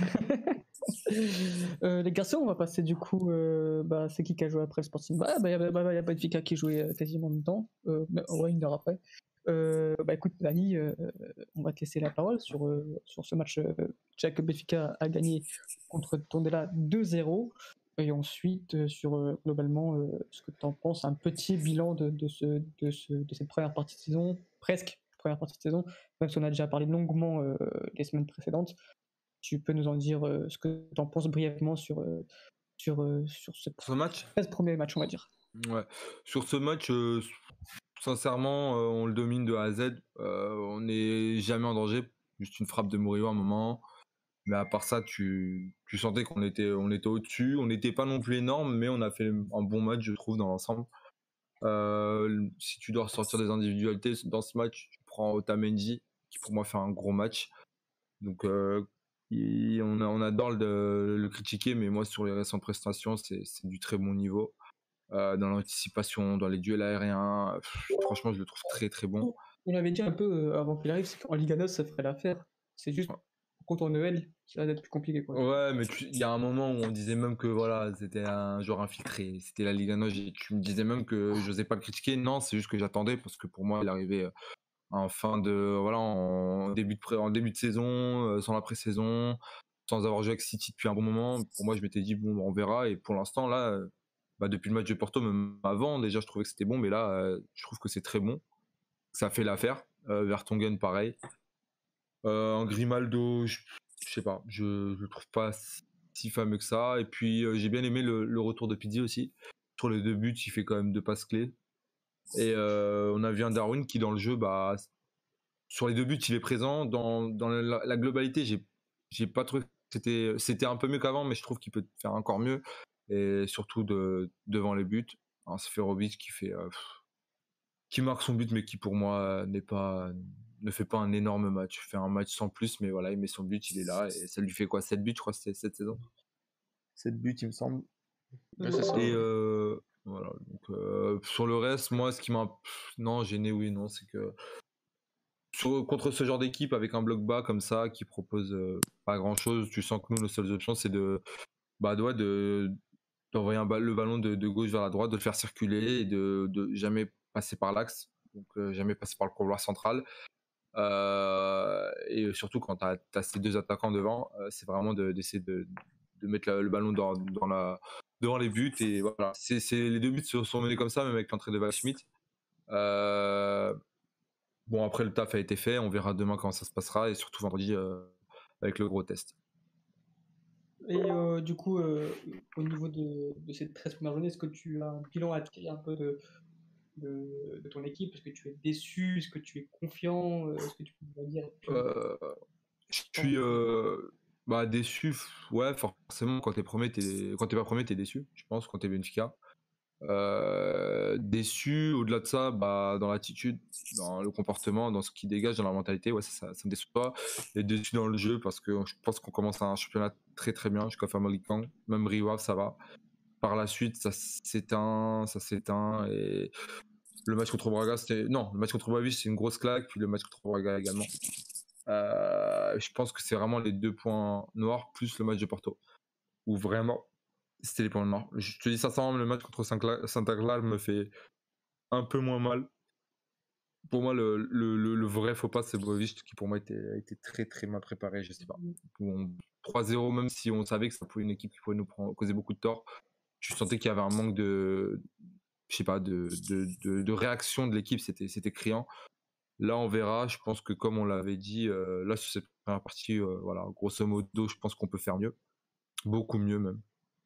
Les garçons, on va passer du coup. C'est qui a joué après le Sporting? Il y a Benfica qui jouait quasiment en même temps. Mais ouais, une heure après. Écoute, Dani, on va te laisser la parole sur ce match. Que Benfica a gagné contre Tondela 2-0. Et ensuite, sur globalement, ce que tu en penses, un petit bilan de cette première partie de saison, presque première partie de saison, même si on a déjà parlé longuement les semaines précédentes. Tu peux nous en dire ce que tu en penses brièvement sur Ce match? 13 premiers matchs, on va dire. Ouais. Sur ce match, sincèrement, on le domine de A à Z. On n'est jamais en danger. Juste une frappe de Murillo à un moment. Mais à part ça, tu sentais qu'on était au-dessus. On n'était pas non plus énorme, mais on a fait un bon match, je trouve, dans l'ensemble. Si tu dois ressortir des individualités dans ce match, tu prends Otamendi, qui pour moi fait un gros match. Donc, on adore le critiquer, mais moi, sur les récentes prestations, c'est du très bon niveau. Dans l'anticipation, dans les duels aériens, franchement, je le trouve très très bon. On avait dit un peu avant qu'il arrive, c'est qu'en Liga NOS, ça ferait l'affaire. C'est juste contre Noël, ça va être plus compliqué, quoi. Ouais, mais il y a un moment où on disait même que voilà, c'était un joueur infiltré, c'était la Liga NOS, tu me disais même que je n'osais pas le critiquer. Non, c'est juste que j'attendais, parce que pour moi, il arrivait en début de saison, sans la pré-saison, sans avoir joué avec City depuis un bon moment. Pour moi, je m'étais dit bon, on verra. Et pour l'instant, là, depuis le match de Porto, même avant, déjà, je trouvais que c'était bon, mais là, je trouve que c'est très bon. Ça fait l'affaire. Vertonghen, pareil. En Grimaldo, je sais pas, je le trouve pas si fameux que ça. Et puis, j'ai bien aimé le retour de Pizzi aussi. Sur les 2 buts, il fait quand même 2 passes clés. Et on a vu un Darwin qui, dans le jeu, sur les 2 buts, il est présent. Dans la globalité, j'ai pas trouvé que c'était un peu mieux qu'avant, mais je trouve qu'il peut faire encore mieux. Et surtout devant les buts. Un Seferovic qui marque son but, mais qui pour moi ne fait pas un énorme match. Il fait un match sans plus, mais voilà, il met son but, il est là. Et ça lui fait quoi, 7 buts, je crois, c'était cette saison. 7 buts, il me semble. Ouais, c'est ça. Et voilà. Donc, sur le reste, moi, ce qui m'a gêné, oui, non, c'est que contre ce genre d'équipe avec un bloc bas comme ça qui propose pas grand chose, tu sens que nous, nos seules options, c'est d'envoyer le ballon de gauche vers la droite, de le faire circuler et de jamais passer par l'axe, donc jamais passer par le couloir central. Et surtout quand tu as ces 2 attaquants devant, c'est vraiment d'essayer de mettre le ballon devant les buts. Et voilà, les 2 buts se sont menés comme ça, même avec l'entrée de Waldschmidt. Bon, après, le taf a été fait. On verra demain comment ça se passera. Et surtout vendredi avec le gros test. Et du coup, au niveau de ces 13 premières journées, est-ce que tu as un bilan à tirer un peu de ton équipe? Est-ce que tu es déçu? Est-ce que tu es confiant? Est-ce que tu peux me dire Euh, je suis déçu. Ouais, forcément, quand t'es pas premier, t'es déçu. Je pense quand t'es Benfica. Déçu, au-delà de ça, dans l'attitude, dans le comportement, dans ce qui dégage, dans la mentalité, ouais, ça me déçoit pas. Et déçu dans le jeu parce que je pense qu'on commence un championnat très très bien jusqu'à Famalicão, même Rio, ça va. Par la suite, ça s'éteint. Et le match contre Braga, le match contre Boavista, c'est une grosse claque, puis le match contre Braga également. Je pense que c'est vraiment les 2 points noirs plus le match de Porto, où vraiment c'était les points noirs. Je te dis sincèrement, le match contre Santa Clara me fait un peu moins mal. Pour moi, le vrai faux pas, c'est Boavista qui pour moi était très très mal préparé, je sais pas. 3-0, même si on savait que ça pouvait une équipe qui pouvait nous causer beaucoup de tort, je sentais qu'il y avait un manque de, je sais pas, de réaction de l'équipe, c'était criant. Là, on verra. Je pense que comme on l'avait dit, là sur cette première partie, voilà, grosso modo, je pense qu'on peut faire mieux, beaucoup mieux même.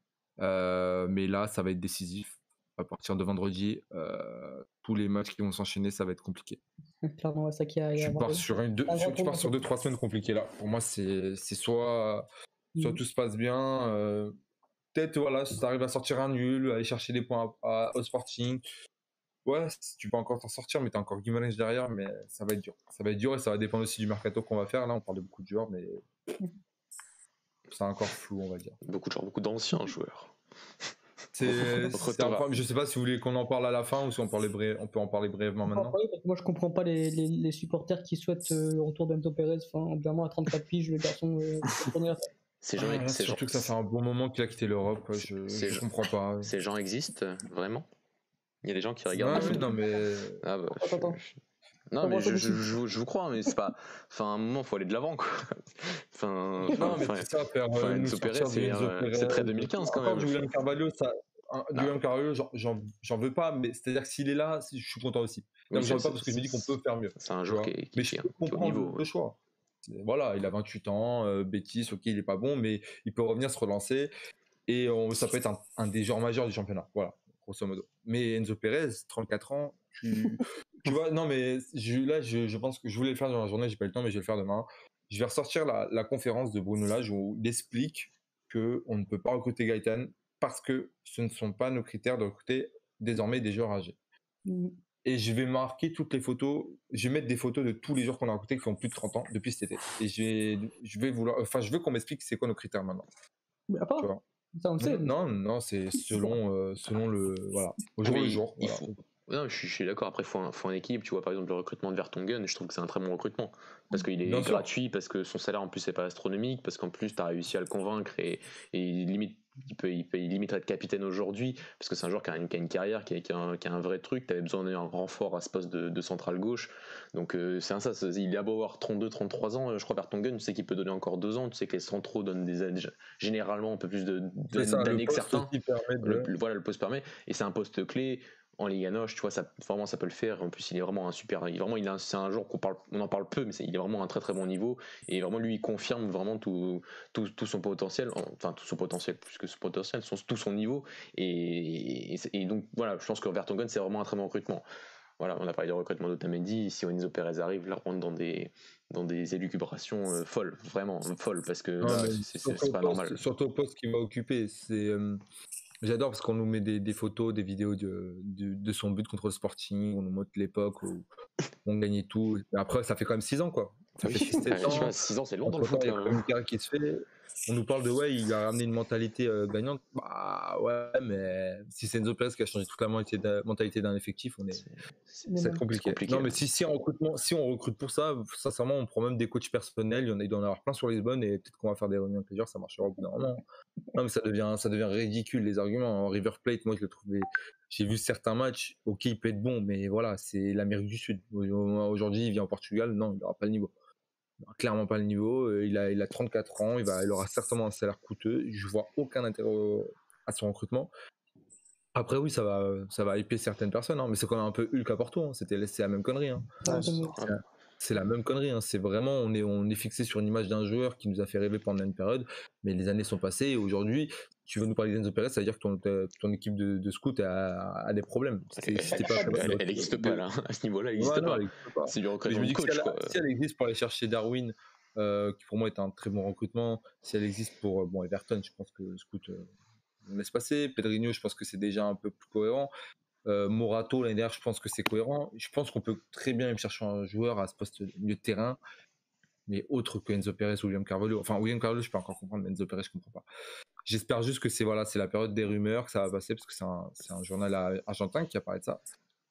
Mais là, ça va être décisif. À partir de vendredi, tous les matchs qui vont s'enchaîner, ça va être compliqué. Clairement, ça qui a. Tu pars sur 2-3 semaines compliquées là. Pour moi, c'est soit tout se passe bien. Peut-être voilà, si tu arrives à sortir un nul, aller chercher des points au Sporting. Ouais, tu peux encore t'en sortir, mais t'as encore Guimarães derrière, mais ça va être dur. Ça va être dur et ça va dépendre aussi du mercato qu'on va faire. Là, on parle de beaucoup de joueurs, mais c'est encore flou, on va dire. Beaucoup de joueurs, beaucoup d'anciens joueurs. C'est un problème. Je sais pas si vous voulez qu'on en parle à la fin ou si on peut en parler brièvement maintenant. Moi, je comprends pas les supporters qui souhaitent le retour d'Enzo Pérez. Enfin, évidemment, à 34 piges, le garçon. C'est surtout que ça fait un bon moment qu'il a quitté l'Europe. Quoi. Je comprends pas. Ces gens existent vraiment? Il y a des gens qui regardent. Ouais, non mais. Ah bah, Attends. Non mais je vous crois, mais c'est pas. Enfin, à un moment, faut aller de l'avant, quoi. Enfin, c'est ça, faire Enzo Pérez, c'est très 2015 quand même. Julian Carvalho, Julian Carvalho, j'en veux pas, mais c'est-à-dire que s'il est là, je suis content aussi. Oui, j'en veux pas parce que je me dis qu'on peut faire mieux. C'est un joueur qui mais je comprends au niveau. Le choix. Voilà, il a 28 ans, Betis, ok, il est pas bon, mais il peut revenir se relancer et ça peut être un des joueurs majeurs du championnat. Voilà, grosso modo. Mais Enzo Pérez, 34 ans, tu vois, non mais je pense que je voulais le faire dans la journée, j'ai pas eu le temps, mais je vais le faire demain. Je vais ressortir la conférence de Bruno Lage où il explique qu'on ne peut pas recruter Gaëtan parce que ce ne sont pas nos critères de recruter désormais des joueurs âgés. Et je vais marquer toutes les photos, je vais mettre des photos de tous les joueurs qu'on a recrutés qui ont plus de 30 ans depuis cet été. Et je veux qu'on m'explique c'est quoi nos critères maintenant. Mais à part, ça on le sait. Non, c'est selon le voilà, au jour le jour. Voilà. Non, je suis d'accord. Après, faut un équilibre. Tu vois, par exemple, le recrutement de Vertonghen, je trouve que c'est un très bon recrutement. Parce qu'il est gratuit, parce que son salaire en plus n'est pas astronomique, parce qu'en plus, tu as réussi à le convaincre et limite, il peut limite être capitaine aujourd'hui, parce que c'est un joueur qui a une carrière, qui a un vrai truc. Tu avais besoin d'un renfort à ce poste de central gauche. Donc, c'est ça. Il a beau avoir 32, 33 ans. Je crois Vertonghen, tu sais qu'il peut donner encore 2 ans. Tu sais que les centraux donnent généralement un peu plus d'années que certains. Voilà, le poste permet. Et c'est un poste clé. En Liga Noche, tu vois, ça peut le faire. En plus, il est vraiment un super. C'est un joueur on en parle peu, mais il est vraiment un très très bon niveau. Et vraiment, lui, il confirme vraiment tout son potentiel. Enfin, tout son potentiel, plus que son potentiel, tout son niveau. Et donc, voilà, je pense que Vertonghen, c'est vraiment un très bon recrutement. Voilà, on a parlé de recrutement d'Otamendi. Si Enzo Pérez arrive, là, on rentre dans des élucubrations folles, vraiment folles, parce que là, c'est pas normal. Surtout au poste qu'il va occuper, c'est. J'adore parce qu'on nous met des photos, des vidéos de son but contre le Sporting, on nous montre l'époque où on gagnait tout. Et après, ça fait quand même 6 ans, quoi. Ça fait 6-7 ans. 6 ans, c'est long dans le foot. Il y a une carrière qui se fait. On nous parle il a ramené une mentalité gagnante. Bah ouais, mais si c'est Enzo Pérez qui a changé toute la mentalité d'un effectif, c'est compliqué. Non, mais si on recrute pour ça, sincèrement, on prend même des coachs personnels. Il doit en avoir plein sur Lisbonne et peut-être qu'on va faire des réunions avec les joueurs, ça marchera au bout d'un moment. Non, mais ça devient ridicule les arguments. En River Plate, moi je le trouvais. J'ai vu certains matchs, ok, il peut être bon, mais voilà, c'est l'Amérique du Sud. Aujourd'hui, il vient au Portugal, non, il n'aura pas le niveau. Clairement pas le niveau, il a 34 ans, il aura certainement un salaire coûteux, je vois aucun intérêt à son recrutement. Après oui, ça va hyper certaines personnes, hein, mais c'est quand même un peu Hulk à Porto, c'est la même connerie. Hein. c'est la même connerie. Hein. C'est vraiment, on est fixé sur une image d'un joueur qui nous a fait rêver pendant une période, mais les années sont passées et aujourd'hui, tu veux nous parler d'Enzo Pérez, ça veut dire que ton équipe de scout a des problèmes. Si t'es pas capable Elle n'existe pas là, à ce niveau-là, elle n'existe non, pas. elle existe pas. C'est du Mais je recrutement me de dis que coach, quoi. si elle existe pour aller chercher Darwin, qui pour moi est un très bon recrutement, si elle existe pour bon, Everton, je pense que le scout on laisse passer. Pedrinho, je pense que c'est déjà un peu plus cohérent. Morato, l'année dernière, je pense que c'est cohérent. Je pense qu'on peut très bien chercher un joueur à ce poste de milieu de terrain, mais autre que Enzo Pérez ou William Carvalho. Enfin, William Carvalho, je peux encore comprendre, mais Enzo Pérez, je comprends pas. J'espère juste que c'est la période des rumeurs, que ça va passer, parce que c'est un journal argentin qui a parlé de ça.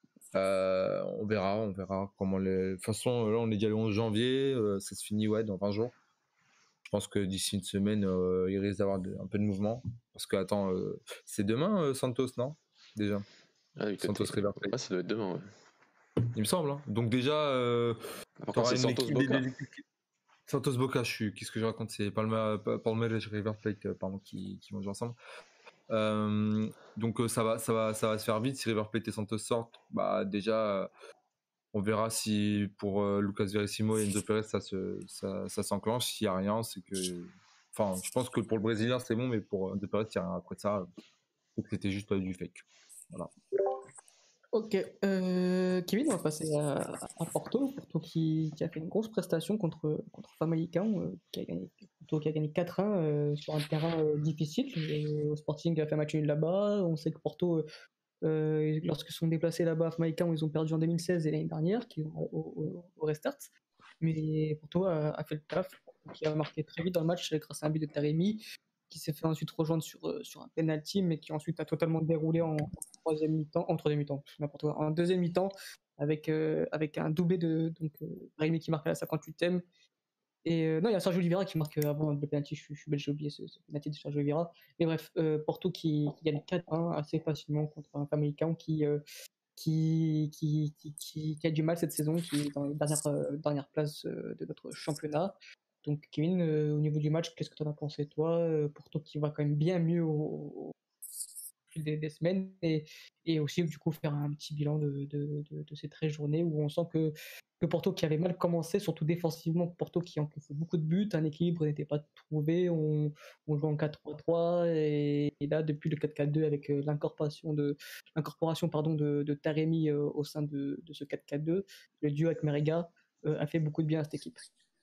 On verra comment de toute façon, là, on est déjà le 11 janvier, ça se finit dans 20 jours. Je pense que d'ici une semaine, il risque d'avoir un peu de mouvement. Parce que, attends, c'est demain, Santos, non? Déjà. Santos River Plate. Ouais, ça doit être demain, ouais. Il me semble. Hein. Donc, déjà, t'auras une Santos équipe Boca. Santos Boca, qu'est-ce que je raconte? C'est Palmeiras et River Plate, pardon, qui vont jouer ensemble. Donc, ça va se faire vite. Si River Plate et Santos sortent, bah, déjà. On verra si pour Lucas Verissimo et Enzo Pérez ça s'enclenche. S'il n'y a rien, c'est que. Enfin, je pense que pour le Brésilien c'est bon, mais pour Enzo Pérez, il n'y a rien après ça. C'était juste pas du fake. Voilà. Ok, Kevin, on va passer à Porto. Porto qui a fait une grosse prestation contre Famalicão, Porto qui a gagné 4-1 sur un terrain difficile. Au Sporting a fait un match nul là-bas. On sait que Porto, lorsqu'ils sont déplacés là-bas à Famalicão, ils ont perdu en 2016 et l'année dernière, au restart. Mais Porto a fait le taf, qui a marqué très vite dans le match grâce à un but de Taremi, qui s'est fait ensuite rejoindre sur un penalty, mais qui ensuite a totalement déroulé en troisième mi-temps, n'importe quoi, en deuxième mi-temps, avec un doublé de Brahimi qui marque à la 58e. Et non, il y a Sergio Oliveira qui marque avant le penalty, je suis bête, j'ai oublié ce penalty de Sergio Oliveira. Mais bref, Porto qui gagne 4-1 assez facilement contre un Famalicão qui a du mal cette saison, qui est dans les dernières places de notre championnat. Donc, Kevin, au niveau du match, qu'est-ce que tu en as pensé, toi? Porto qui va quand même bien mieux au fil des semaines et aussi, du coup, faire un petit bilan de ces 13 journées où on sent que Porto qui avait mal commencé, surtout défensivement, Porto qui encaissait beaucoup de buts, un équilibre n'était pas trouvé, on joue en 4-3-3 et là, depuis le 4-4-2 avec l'incorporation de Taremi au sein de ce 4-4-2, le duo avec Merega a fait beaucoup de bien à cette équipe.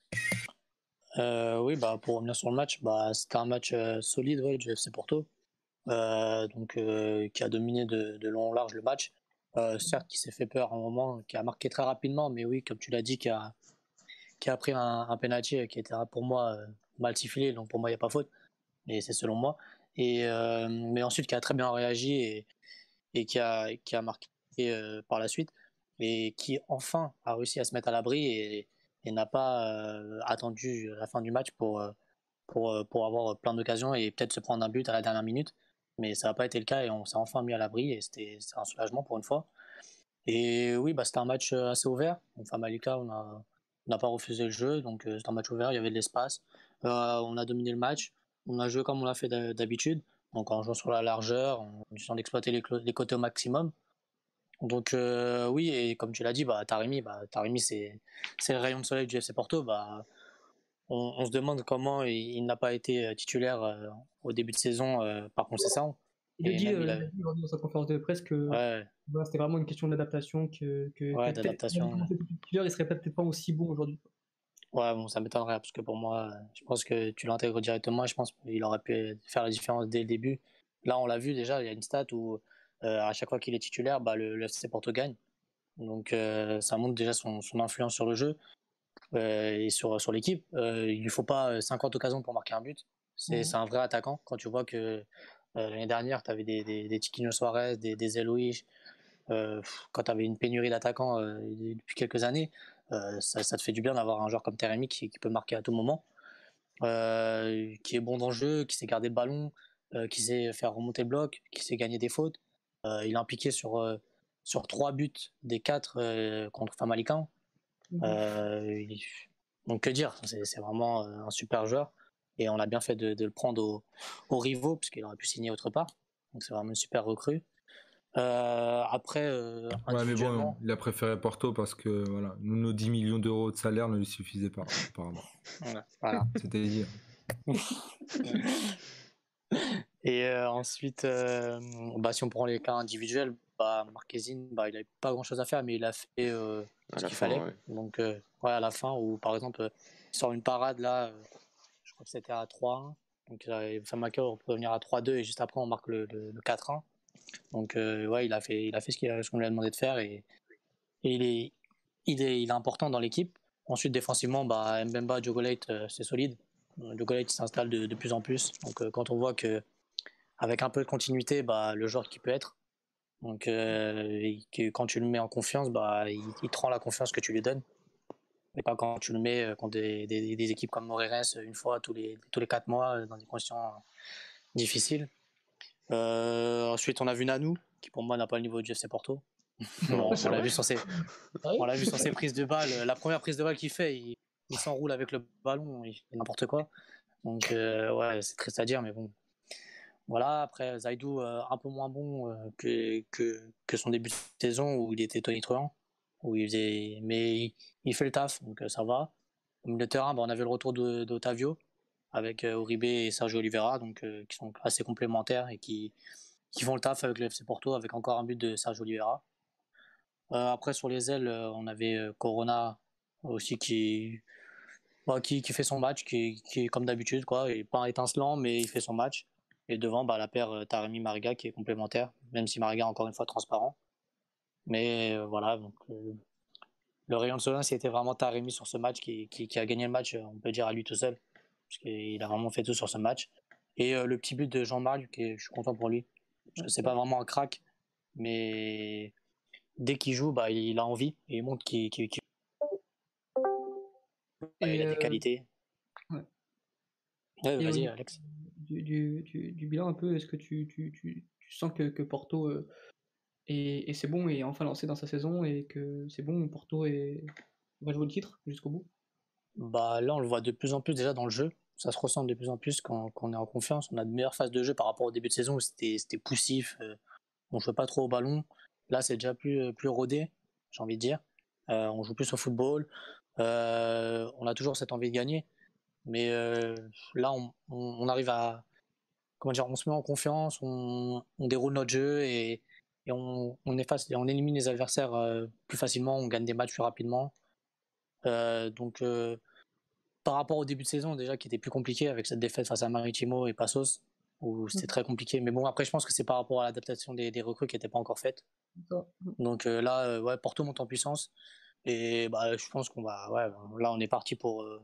Oui, bah, pour revenir sur le match, bah, c'était un match solide du FC Porto, qui a dominé de long en large le match. Certes, qui s'est fait peur à un moment, qui a marqué très rapidement, mais oui, comme tu l'as dit, qui a pris un penalty qui était pour moi mal sifflé, donc pour moi il n'y a pas faute, mais c'est selon moi. Mais ensuite qui a très bien réagi et qui a marqué par la suite et qui enfin a réussi à se mettre à l'abri et n'a pas attendu la fin du match pour avoir plein d'occasions et peut-être se prendre un but à la dernière minute. Mais ça n'a pas été le cas et on s'est enfin mis à l'abri et c'est un soulagement pour une fois. Et oui, bah, c'était un match assez ouvert. Enfin, Malika, on n'a pas refusé le jeu, donc c'était un match ouvert, il y avait de l'espace. On a dominé le match, on a joué comme on l'a fait d'habitude, donc en jouant sur la largeur, en essayant d'exploiter les côtés au maximum. Donc oui, et comme tu l'as dit, Taremi, c'est le rayon de soleil du FC Porto. On se demande comment il n'a pas été titulaire au début de saison par concession. Il a dit aujourd'hui dans sa conférence de presse que voilà, c'était vraiment une question d'adaptation, que d'adaptation. Il serait peut-être pas aussi bon aujourd'hui. Ouais, bon, ça m'étonnerait parce que pour moi, je pense que tu l'intègres directement et je pense qu'il aurait pu faire la différence dès le début. Là, on l'a vu déjà, il y a une stat où à chaque fois qu'il est titulaire, le FC Porto gagne. Donc ça montre déjà son influence sur le jeu et sur l'équipe. Il lui faut pas 50 occasions pour marquer un but. C'est un vrai attaquant. Quand tu vois que l'année dernière, tu avais des Chiquinho Suarez, des Eloy, quand tu avais une pénurie d'attaquants depuis quelques années, ça te fait du bien d'avoir un joueur comme Taremi qui peut marquer à tout moment, qui est bon dans le jeu, qui sait garder le ballon, qui sait faire remonter le bloc, qui sait gagner des fautes. Il est impliqué sur 3 buts des 4 contre Famalicão. Donc que dire, c'est vraiment un super joueur et on a bien fait de le prendre au rivaux parce qu'il aurait pu signer autre part. Donc c'est vraiment une super recrue. Après, Ouais, mais bon, individuellement, il a préféré Porto parce que voilà, nos 10 millions d'euros de salaire ne lui suffisaient pas, apparemment. voilà. C'était dit. Et ensuite, si on prend les cas individuels, Marquezine, il n'avait pas grand-chose à faire, mais il a fait À ce la qu'il fin, fallait. ouais. Donc, à la fin, où par exemple, il sort une parade là, je crois que c'était à 3-1. Donc, Samaker peut revenir à 3-2 et juste après, on marque le 4-1. Donc, il a fait ce qu'on lui a demandé de faire et il est important dans l'équipe. Ensuite, défensivement, Mbemba, Djogolate, c'est solide. Djogolate s'installe de plus en plus. Donc, quand on voit que avec un peu de continuité, le joueur qui peut être. Donc, quand tu le mets en confiance, il te rend la confiance que tu lui donnes. Et pas quand tu le mets contre des équipes comme Moreirense une fois tous les 4 mois dans des conditions difficiles. Ensuite, on a vu Nanou, qui pour moi n'a pas le niveau du FC Porto. Non, on c'est l'a vrai. vu sur ses prises de balles. La première prise de balle qu'il fait, il s'enroule avec le ballon, il fait n'importe quoi. Donc, c'est triste à dire, mais bon. Voilà, après Zaidou, un peu moins bon que son début de saison où il était tonitruant, mais il fait le taf, donc ça va. Au milieu de terrain, on avait le retour d'Otavio avec Uribe et Sergio Oliveira, donc qui sont assez complémentaires et qui font le taf avec le FC Porto, avec encore un but de Sergio Oliveira. Après sur les ailes, on avait Corona aussi qui fait son match, qui est comme d'habitude, quoi. Il n'est pas étincelant, mais il fait son match. Et devant, la paire Taremi-Mariga qui est complémentaire, même si Mariga est encore une fois transparent. Mais voilà, donc, le rayon de soleil, c'était vraiment Taremi sur ce match qui a gagné le match, on peut dire à lui tout seul, parce qu'il a vraiment fait tout sur ce match. Et le petit but de Jean-Marc, je suis content pour lui. C'est pas vraiment un crack, mais dès qu'il joue, il a envie et il montre qu'il Et, a des qualités. ouais. Ouais, Et au vas-y, niveau Alex. du bilan un peu, est-ce que tu sens que Porto et c'est bon et enfin lancé dans sa saison et que c'est bon, Porto va jouer le titre jusqu'au bout? Là, on le voit de plus en plus déjà dans le jeu. Ça se ressent de plus en plus quand on est en confiance. On a de meilleures phases de jeu par rapport au début de saison où c'était poussif. On jouait pas trop au ballon. Là, c'est déjà plus rodé, j'ai envie de dire. On joue plus au football. On a toujours cette envie de gagner. Mais là, on arrive à, comment dire, on se met en confiance, on déroule notre jeu et on élimine les adversaires plus facilement, on gagne des matchs plus rapidement. Donc, par rapport au début de saison, déjà, qui était plus compliqué avec cette défaite face à Maritimo et Passos, où c'était très compliqué. Mais bon, après, je pense que c'est par rapport à l'adaptation des recrues qui n'étaient pas encore faites. Donc là, Porto monte en puissance. Et je pense là, on est parti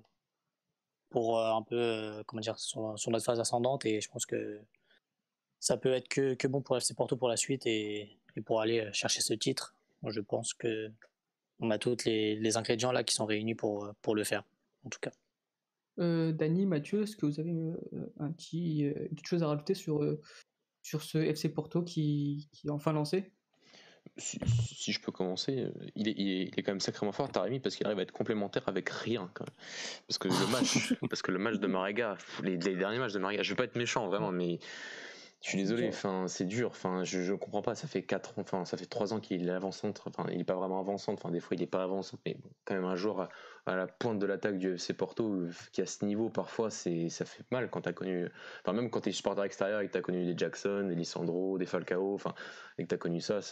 pour un peu, comment dire, sur notre phase ascendante. Et je pense que ça peut être que bon pour FC Porto pour la suite et pour aller chercher ce titre. Moi, je pense que on a tous les ingrédients là qui sont réunis pour le faire, en tout cas. Dany, Mathieu, est-ce que vous avez une petite chose à rajouter sur ce FC Porto qui est enfin lancé? Si je peux commencer, il est quand même sacrément fort, Taremi, parce qu'il arrive à être complémentaire avec rien, quand même. Parce que le match de Marega, les derniers matchs de Marega, je vais pas être méchant vraiment, mais je suis désolé, enfin c'est dur, enfin je comprends pas, ça fait 3 ans qu'il est avant-centre, enfin il est pas vraiment avant-centre, enfin des fois il est pas avant-centre, mais bon, quand même un joueur à la pointe de l'attaque du FC Porto qui à ce niveau parfois ça fait mal quand t'as connu, enfin même quand t'es supporter extérieur et que t'as connu des Jackson, des Lisandro, des Falcao, enfin et que t'as connu ça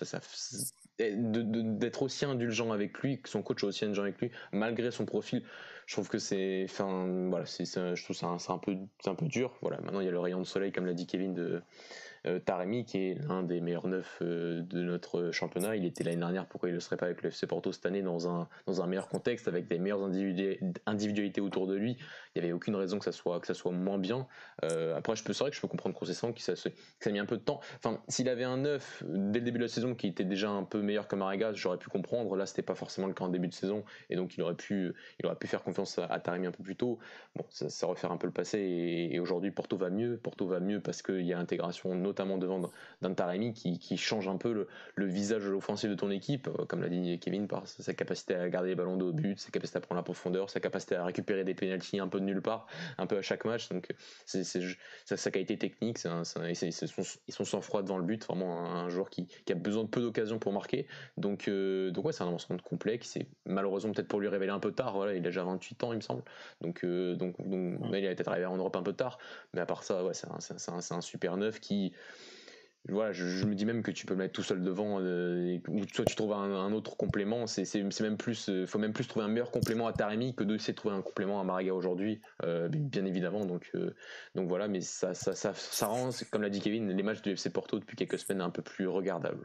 d'être aussi indulgent avec lui, que son coach est aussi indulgent avec lui malgré son profil. Je trouve que c'est, enfin voilà, je trouve ça c'est un peu dur. Voilà, maintenant il y a le rayon de soleil, comme l'a dit Kevin, de Taremi, qui est l'un des meilleurs neufs de notre championnat. Il était l'année dernière, pourquoi il ne le serait pas avec le FC Porto cette année dans un meilleur contexte, avec des meilleures individualités autour de lui. Il n'y avait aucune raison que ça soit moins bien. Après, c'est vrai que je peux comprendre Concessant que ça a mis un peu de temps. Enfin, s'il avait un neuf dès le début de la saison qui était déjà un peu meilleur que Maragaz, j'aurais pu comprendre. Là, c'était pas forcément le cas en début de saison, et donc il aurait pu faire confiance à Taremi un peu plus tôt. Bon, ça refaire un peu le passé, et aujourd'hui Porto va mieux parce qu'il y a intégration notamment devant d'un Taremi qui change un peu le visage offensif de ton équipe, comme l'a dit Kevin, par sa capacité à garder les ballons de haut but, sa capacité à prendre la profondeur, sa capacité à récupérer des pénaltys un peu de nulle part, un peu à chaque match. Donc c'est sa qualité technique, et son sang-froid devant le but, vraiment un joueur qui a besoin de peu d'occasions pour marquer. Donc ouais, c'est un lancement complet qui s'est malheureusement peut-être pour lui révéler un peu tard. Voilà, il a déjà 28 ans, il me semble. Donc il a peut-être arrivé en Europe un peu tard. Mais à part ça, ouais, c'est un super neuf qui. Voilà, je me dis même que tu peux le mettre tout seul devant, ou soit tu trouves un autre complément. C'est même plus, faut même plus trouver un meilleur complément à Taremi que d'essayer de trouver un complément à Maraga aujourd'hui, bien évidemment. Donc voilà, mais ça rend, comme l'a dit Kevin, les matchs du FC Porto depuis quelques semaines un peu plus regardables.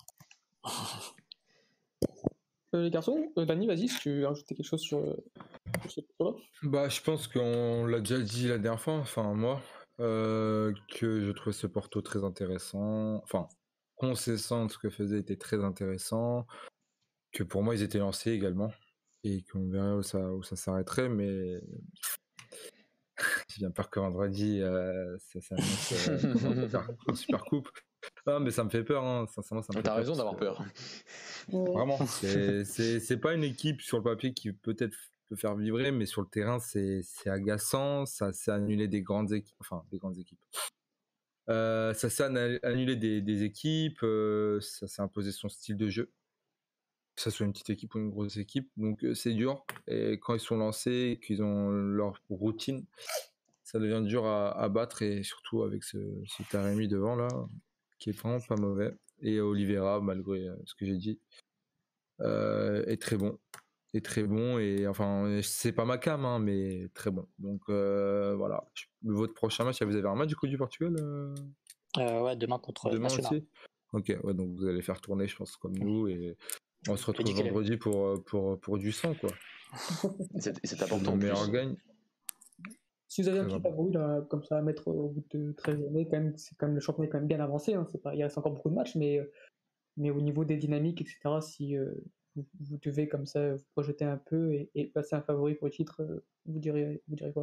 Les garçons, Dany, vas-y, si tu veux rajouter quelque chose sur ce point-là. Bah, je pense qu'on l'a déjà dit la dernière fois, enfin moi, que je trouvais ce Porto très intéressant. Enfin, concessant de ce que faisait était très intéressant. Que pour moi, ils étaient lancés également. Et qu'on verrait où ça s'arrêterait, mais j'ai bien peur que vendredi, ça s'annonce en super coupe. Ah, mais ça me fait peur, hein. Sincèrement, ça me fait T'as peur. raison d'avoir peur. Vraiment, c'est pas une équipe sur le papier qui peut-être peut faire vibrer, mais sur le terrain, c'est agaçant. Ça s'est annulé des grandes équipes. Enfin, des grandes équipes. Ça s'est annulé des équipes. Ça s'est imposé son style de jeu. Que ce soit une petite équipe ou une grosse équipe. Donc, c'est dur. Et quand ils sont lancés, qu'ils ont leur routine, ça devient dur à battre. Et surtout avec ce Taremi devant, là, qui est vraiment pas mauvais. Et Oliveira, malgré ce que j'ai dit, est très bon. Et enfin, c'est pas ma cam, hein, mais très bon. Donc voilà. Votre prochain match, vous avez un match du coup du Portugal Ouais, demain contre demain Nacional. aussi. Ok, ouais, donc vous allez faire tourner, je pense, comme nous, et on se retrouve Petit vendredi pour du sang, quoi. C'est important en Le meilleur plus. gagne. Si vous avez un Très petit favori là, comme ça à mettre au bout de 13 journées, quand même, c'est quand même le championnat est quand même bien avancé. Hein, c'est pas, il reste encore beaucoup de matchs, mais au niveau des dynamiques, etc., si vous devez comme ça vous projeter un peu et passer un favori pour le titre, vous direz quoi?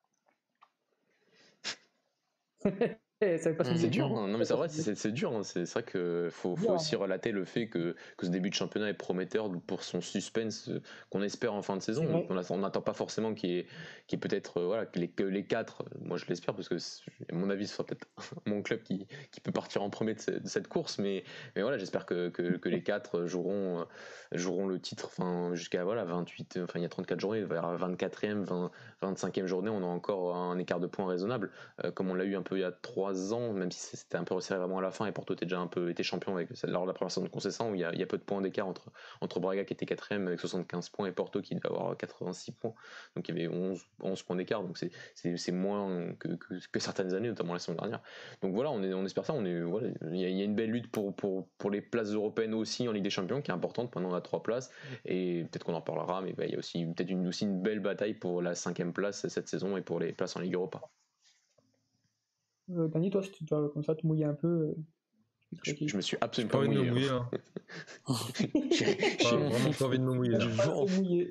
Ça veut pas se C'est dire. dur, hein. Non mais c'est vrai, c'est dur. Hein. C'est vrai que faut aussi relater le fait que ce début de championnat est prometteur pour son suspense qu'on espère en fin de saison. vrai. On n'attend pas forcément qu'il y ait peut-être voilà que les quatre. Moi je l'espère parce que à mon avis ce sera peut-être mon club qui peut partir en premier de cette course. Mais voilà, j'espère que les quatre joueront le titre. Enfin jusqu'à voilà 28. Enfin il y a 34 journées, vers 24e, 25e journée, on a encore un écart de points raisonnable, comme on l'a eu un peu il y a 3 ans, même si c'était un peu resserré vraiment à la fin, et Porto était déjà un peu champion lors de la première saison de Conceição, où il y a peu de points d'écart entre Braga qui était 4ème avec 75 points et Porto qui devait avoir 86 points. Donc il y avait 11 points d'écart, donc c'est moins que certaines années, notamment la saison dernière. Donc voilà, on espère ça. Voilà, il y a une belle lutte pour les places européennes aussi en Ligue des Champions, qui est importante. Maintenant on a 3 places, et peut-être qu'on en parlera, mais il y a aussi peut-être aussi une belle bataille pour la 5ème place cette saison et pour les places en Ligue Europa. Dany, toi, si tu dois comme ça te mouiller un peu, je me suis absolument Pas pas envie de me mouillé. mouiller. Hein. Vraiment pas envie de me mouiller. Pas trop mouillé.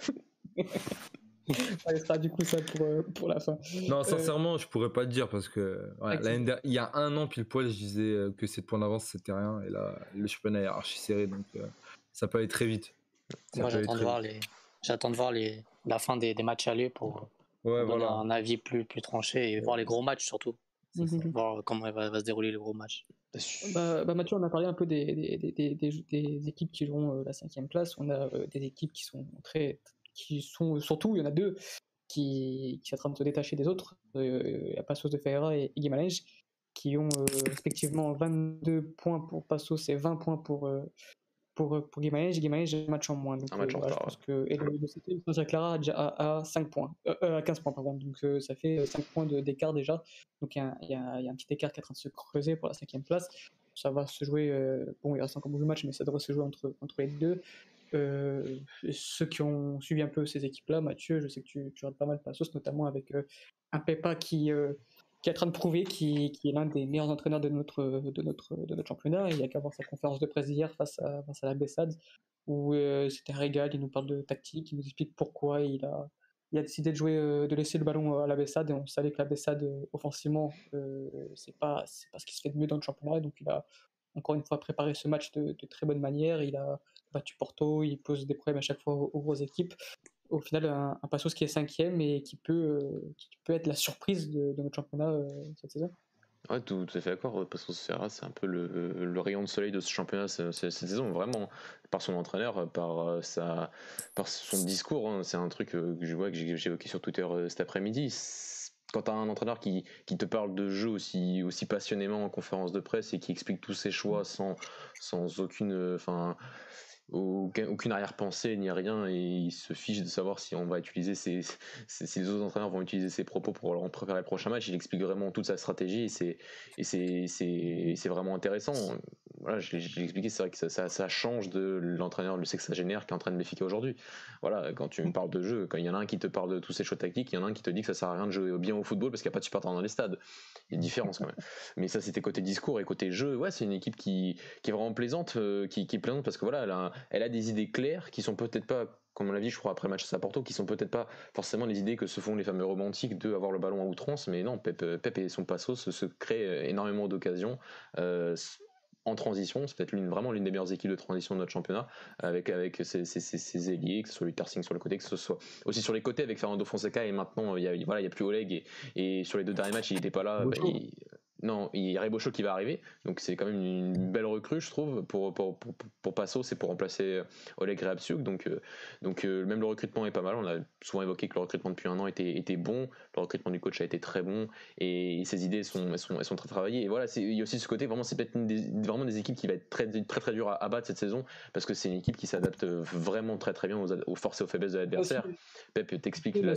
Ça sera du coup ça pour la fin. Non, sincèrement, je pourrais pas te dire parce que il y a un an pile poil, je disais que 7 points d'avance c'était rien, et là le championnat est archi serré, donc ça peut aller très vite. Moi j'attends de voir la fin des matchs allés pour donner un avis plus tranché et voir les gros matchs surtout. Voir comment va se dérouler les gros matchs. Mathieu, on a parlé un peu des équipes qui joueront la 5ème place. On a des équipes qui sont surtout, il y en a deux qui sont en train de se détacher des autres, Passos de Ferreira et Guimarães, qui ont respectivement 22 points pour Passos et 20 points pour Guimarães. Guimarães j'ai un match en moins. Donc, un match en retard. Je pense que et le Santa Clara déjà à 5 points, à 15 points pardon. Donc ça fait 5 points d'écart déjà. Donc il y a un petit écart qui est en train de se creuser pour la 5ème place. Ça va se jouer. Bon, il reste encore beaucoup de matchs, mais ça devrait se jouer entre les deux. Ceux qui ont suivi un peu ces équipes-là, Mathieu, je sais que tu regardes pas mal Passos, notamment avec un Pepa qui est en train de prouver qu'il est l'un des meilleurs entraîneurs de notre championnat. Il n'y a qu'à voir sa conférence de presse d'hier face à la Bessade, où c'était un régal. Il nous parle de tactique, il nous explique pourquoi il il a décidé de jouer, de laisser le ballon à la Bessade, et on savait que la Bessade, offensivement, c'est pas ce qui se fait de mieux dans le championnat. Donc il a encore une fois préparé ce match de très bonne manière. Il a battu Porto, il pose des problèmes à chaque fois aux grosses équipes. Au final, un Passos qui est 5e et qui peut être la surprise de notre championnat cette saison. Ouais, tout à fait d'accord. Parce que Serra, c'est un peu le rayon de soleil de ce championnat cette saison, vraiment, par son entraîneur, par son discours. Hein. C'est un truc que je vois que j'ai évoqué sur Twitter cet après-midi. Quand tu as un entraîneur qui te parle de jeu aussi passionnément en conférence de presse et qui explique tous ses choix sans aucune. Aucune arrière-pensée ni rien, et il se fiche de savoir si on va utiliser si les autres entraîneurs vont utiliser ses propos pour leur préparer le prochain match. Il explique vraiment toute sa stratégie, et c'est vraiment intéressant. Voilà, je l'ai expliqué, c'est vrai que ça change de l'entraîneur, le sexagénaire qui entraîne Benfica aujourd'hui. Voilà, quand tu me parles de jeu, quand il y en a un qui te parle de tous ses choix tactiques, il y en a un qui te dit que ça sert à rien de jouer bien au football parce qu'il n'y a pas de supporters dans les stades. Il y a une différence quand même. Mais ça, c'était côté discours, et côté jeu, ouais, c'est une équipe qui est vraiment plaisante, qui est plaisante parce que voilà, elle a des idées claires qui sont peut-être pas, comme on l'a dit, je crois, après le match à Porto, qui sont peut-être pas forcément les idées que se font les fameux romantiques de avoir le ballon à outrance, mais non, Pep et son Passos se créent énormément d'occasions. En transition, c'est peut-être vraiment l'une des meilleures équipes de transition de notre championnat, avec ses ailiers, que ce soit Luther Singh sur le côté, que ce soit aussi sur les côtés avec Fernando Fonseca, et maintenant il y a plus Oleg, et sur les 2 derniers matchs il n'était pas là. Non, il y a Rebocho qui va arriver, donc c'est quand même une belle recrue, je trouve, pour Passos, c'est pour remplacer Oleg Reabciuk. Donc même le recrutement est pas mal. On a souvent évoqué que le recrutement depuis un an était bon, le recrutement du coach a été très bon, et ses idées elles sont très travaillées. Et voilà, il y a aussi ce côté, vraiment, c'est peut-être vraiment des équipes qui va être très très très dur à battre cette saison, parce que c'est une équipe qui s'adapte vraiment très très bien aux forces et aux faiblesses de l'adversaire. Pep t'explique là.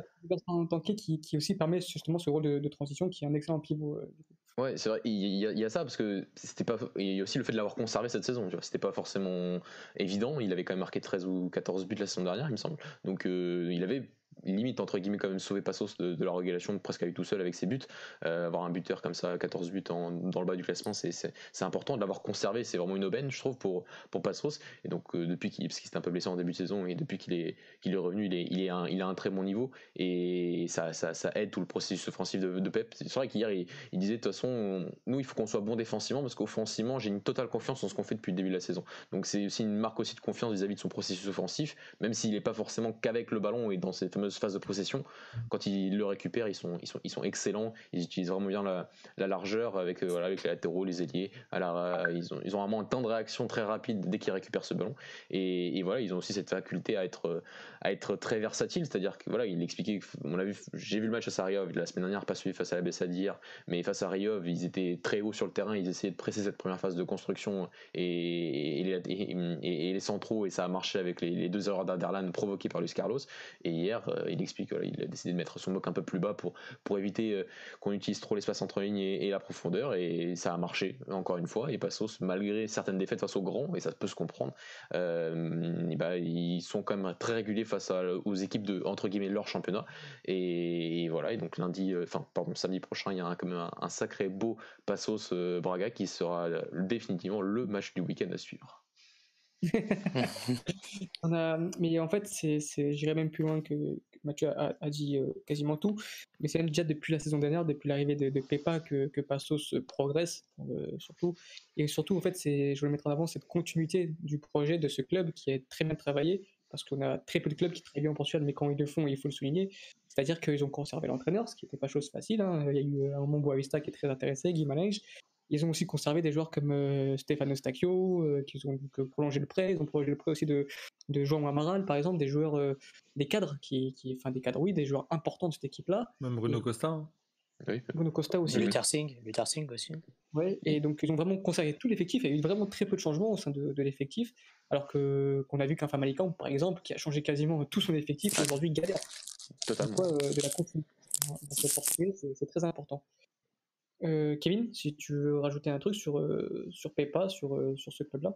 Tanké qui aussi permet justement ce rôle de transition, qui est un excellent pivot. Ouais, c'est vrai, il y a ça, parce que c'était pas. Il y a aussi le fait de l'avoir conservé cette saison, tu vois, c'était pas forcément évident. Il avait quand même marqué 13 ou 14 buts la saison dernière, il me semble. Donc il avait limite, entre guillemets, quand même sauvé Passos de la relégation presque à lui tout seul avec ses buts. Avoir un buteur comme ça, 14 buts dans le bas du classement, c'est important de l'avoir conservé. C'est vraiment une aubaine, je trouve, pour Passos. Et donc parce qu'il s'était un peu blessé en début de saison, et depuis qu'il est revenu, il a un très bon niveau, et ça aide tout le processus offensif de Pep. C'est vrai qu'hier il disait, de toute façon, nous il faut qu'on soit bon défensivement, parce qu'offensivement j'ai une totale confiance en ce qu'on fait depuis le début de la saison. Donc c'est aussi une marque aussi de confiance vis-à-vis de son processus offensif, même s'il n'est pas forcément qu'avec le ballon et dans ces fameuses phases de possession. Quand ils le récupèrent, ils sont excellents. Ils utilisent vraiment bien la largeur avec les latéraux, les ailiers. Ils ont vraiment un temps de réaction très rapide dès qu'ils récupèrent ce ballon. Et voilà, ils ont aussi cette faculté à être très versatile, c'est-à-dire que voilà, il expliquait, j'ai vu le match à Sarriov la semaine dernière, pas celui face à la Bessade hier, mais face à Riov, ils étaient très hauts sur le terrain, ils essayaient de presser cette première phase de construction et les centraux, et ça a marché avec les 2 erreurs d'Aderlan provoquées par Luis Carlos. Et hier, il explique qu'il a décidé de mettre son mock un peu plus bas pour éviter qu'on utilise trop l'espace entre lignes et la profondeur, et ça a marché encore une fois. Et Passos, malgré certaines défaites face aux grands, et ça peut se comprendre, ils sont quand même très réguliers face aux équipes de, entre guillemets, leur championnat. Et voilà, et donc samedi prochain, il y a quand même un sacré beau Passos Braga qui sera définitivement le match du week-end à suivre. Mais en fait, j'irais même plus loin que Mathieu a dit quasiment tout. Mais c'est même déjà depuis la saison dernière, depuis l'arrivée de Pepa, que Passos progresse, surtout. Et surtout, en fait, je voulais mettre en avant cette continuité du projet de ce club qui est très bien travaillé, parce qu'on a très peu de clubs qui travaillent bien en Portugal, mais quand ils le font, il faut le souligner. C'est-à-dire qu'ils ont conservé l'entraîneur, ce qui n'était pas chose facile. Hein. Il y a eu un moment Boavista qui est très intéressé, Guimarães. Ils ont aussi conservé des joueurs comme Stefano Stacchio, qui ont donc prolongé le prêt. Ils ont prolongé le prêt aussi de João Amaral, par exemple, des joueurs, des cadres, des cadres, oui, des joueurs importants de cette équipe-là. Même Bruno Costa. Hein. Oui. Bruno Costa aussi. Luther Singh aussi. Ouais, et donc ils ont vraiment conservé tout l'effectif. Il y a eu vraiment très peu de changements au sein de l'effectif, alors qu'on a vu qu'un Famalicão, par exemple, qui a changé quasiment tout son effectif, aujourd'hui galère. Totalement. De la continuité dans ce portugais, c'est très important. Kevin, si tu veux rajouter un truc sur Pepa, sur ce club-là.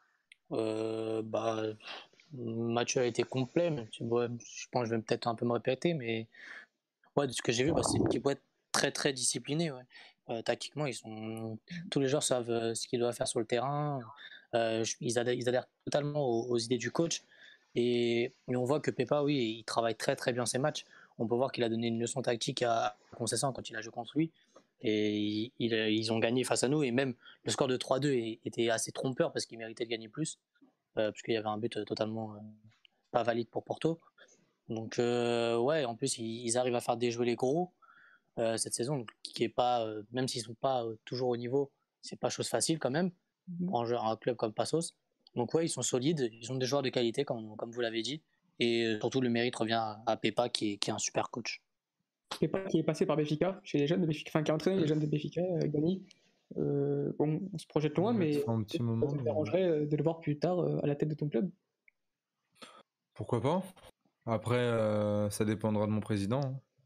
Mathieu a été complet, mais je pense que je vais peut-être un peu me répéter, mais ouais, de ce que j'ai vu, c'est une équipe très très disciplinée. Ouais. Tactiquement, tous les joueurs savent ce qu'ils doivent faire sur le terrain. Ils adhèrent totalement aux idées du coach. Et on voit que Pepa, oui, il travaille très très bien ses matchs. On peut voir qu'il a donné une leçon tactique à Conceição quand il a joué contre lui. Et ils ont gagné face à nous. Et même le score de 3-2 était assez trompeur parce qu'ils méritaient de gagner plus. Parce qu'il y avait un but totalement pas valide pour Porto. Donc ouais, en plus ils arrivent à faire déjouer les gros cette saison, donc, qui est pas, même s'ils sont pas toujours au niveau, c'est pas chose facile quand même pour un club comme Passos. Donc ouais, ils sont solides, ils ont des joueurs de qualité comme vous l'avez dit, et surtout le mérite revient à Pepa qui est un super coach. Pepa qui est passé par Benfica, chez les jeunes de Benfica, enfin qui a entraîné les jeunes de Benfica, Gani. Bon, on se projette loin, mais Ça fait un petit moment. ça te dérangerait de le voir plus tard à la tête de ton club? Pourquoi pas? Après, ça dépendra de mon président.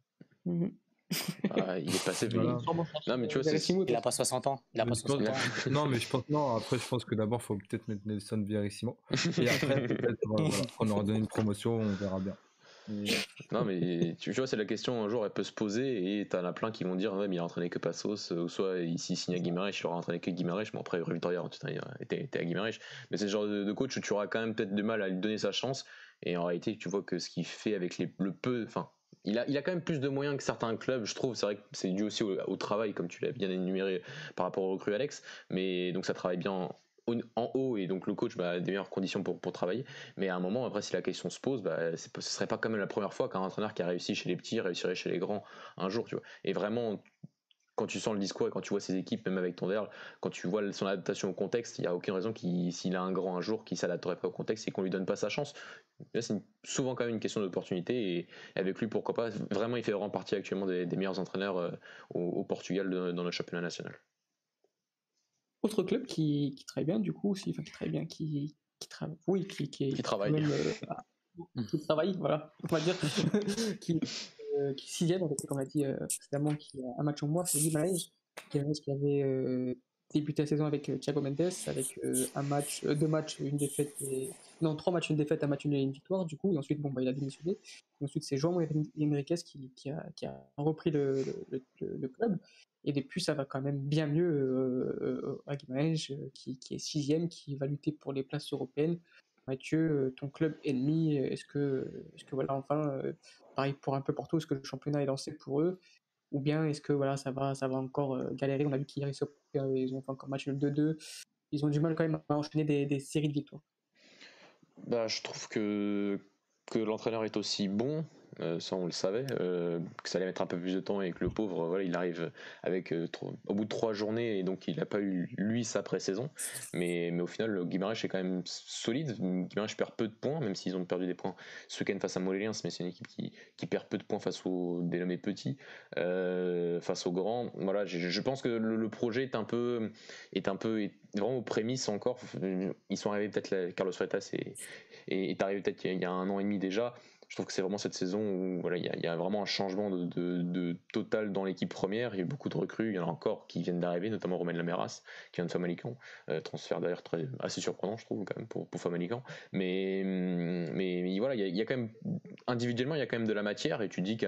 Il est passé. Voilà. Non, mais tu vois, il a pas 60 ans. Il a pas 60 ans. Non, mais après, je pense que d'abord, il faut peut-être mettre Nelson Verissimo. Et après, peut-être, voilà, on aura donné une promotion, on verra bien. Non, mais tu vois, c'est la question, un jour, elle peut se poser, et t'en as plein qui vont dire, ouais, mais il a entraîné que Passos, ou soit ici, signe à Guimarães, il aura entraîné que Guimarães, mais après, Vitória, tu était à Guimarães. Mais c'est ce genre de coach où tu auras quand même peut-être du mal à lui donner sa chance, et en réalité, tu vois que ce qu'il fait avec le peu, enfin, il a quand même plus de moyens que certains clubs, je trouve. C'est vrai que c'est dû aussi au travail, comme tu l'as bien énuméré par rapport au recrue Alex, mais donc ça travaille bien en haut, et donc le coach a des meilleures conditions pour travailler. Mais à un moment, après, si la question se pose, ce serait pas quand même la première fois qu'un entraîneur qui a réussi chez les petits réussirait chez les grands un jour, tu vois. Et vraiment, quand tu sens le discours et quand tu vois ses équipes, même avec Tonderre, quand tu vois son adaptation au contexte, il n'y a aucune raison s'il a un grand un jour, qu'il ne s'adapterait pas au contexte et qu'on lui donne pas sa chance. Là, c'est souvent quand même une question d'opportunité, et avec lui, pourquoi pas. Vraiment, il fait vraiment partie actuellement des meilleurs entraîneurs au Portugal dans le championnat national. Autre club qui travaille bien, du coup, aussi, enfin qui travaille bien, qui travaille, oui, qui travaille. Même, qui travaille, voilà, on va dire, qui sixième, comme on a dit précédemment, qui a un match en moins, c'est Guimarães, qui avait débuté la saison avec Thiago Mendes, avec deux matchs, une défaite, non, 3 matchs, une défaite, un match nul et une victoire, du coup, et ensuite, bon, il a démissionné. Et ensuite, c'est João Henriques qui a repris le club. Et depuis, ça va quand même bien mieux à Guimarães, qui est sixième, qui va lutter pour les places européennes. Mathieu, ton club ennemi, est-ce que voilà, enfin, pareil pour un peu Porto, est-ce que le championnat est lancé pour eux? Ou bien est-ce que voilà, ça va encore galérer? On a vu qu'hier, ils ont fait encore match nul 2-2. Ils ont du mal quand même à enchaîner des séries de victoires. Je trouve que l'entraîneur est aussi bon, ça on le savait, que ça allait mettre un peu plus de temps, et que le pauvre, voilà, il arrive avec au bout de 3 journées, et donc il n'a pas eu lui sa pré-saison, mais au final Guimarães est quand même solide. Guimarães perd peu de points, même s'ils ont perdu des points ce week-end face à Moreirense, mais c'est une équipe qui perd peu de points face aux dénommés petits, face aux grands. Voilà, je pense que le projet est vraiment aux prémices encore. Ils sont arrivés, peut-être Carlos Freitas est arrivé peut-être il y a 1 an et demi déjà. Je trouve que c'est vraiment cette saison où voilà, il y a vraiment un changement de total dans l'équipe première. Il y a eu beaucoup de recrues, il y en a encore qui viennent d'arriver, notamment Romain Lameras qui vient de Famalicão, transfert d'ailleurs assez surprenant, je trouve, quand même, pour Famalicão. Mais voilà, il y a quand même, individuellement, il y a quand même de la matière, et tu dis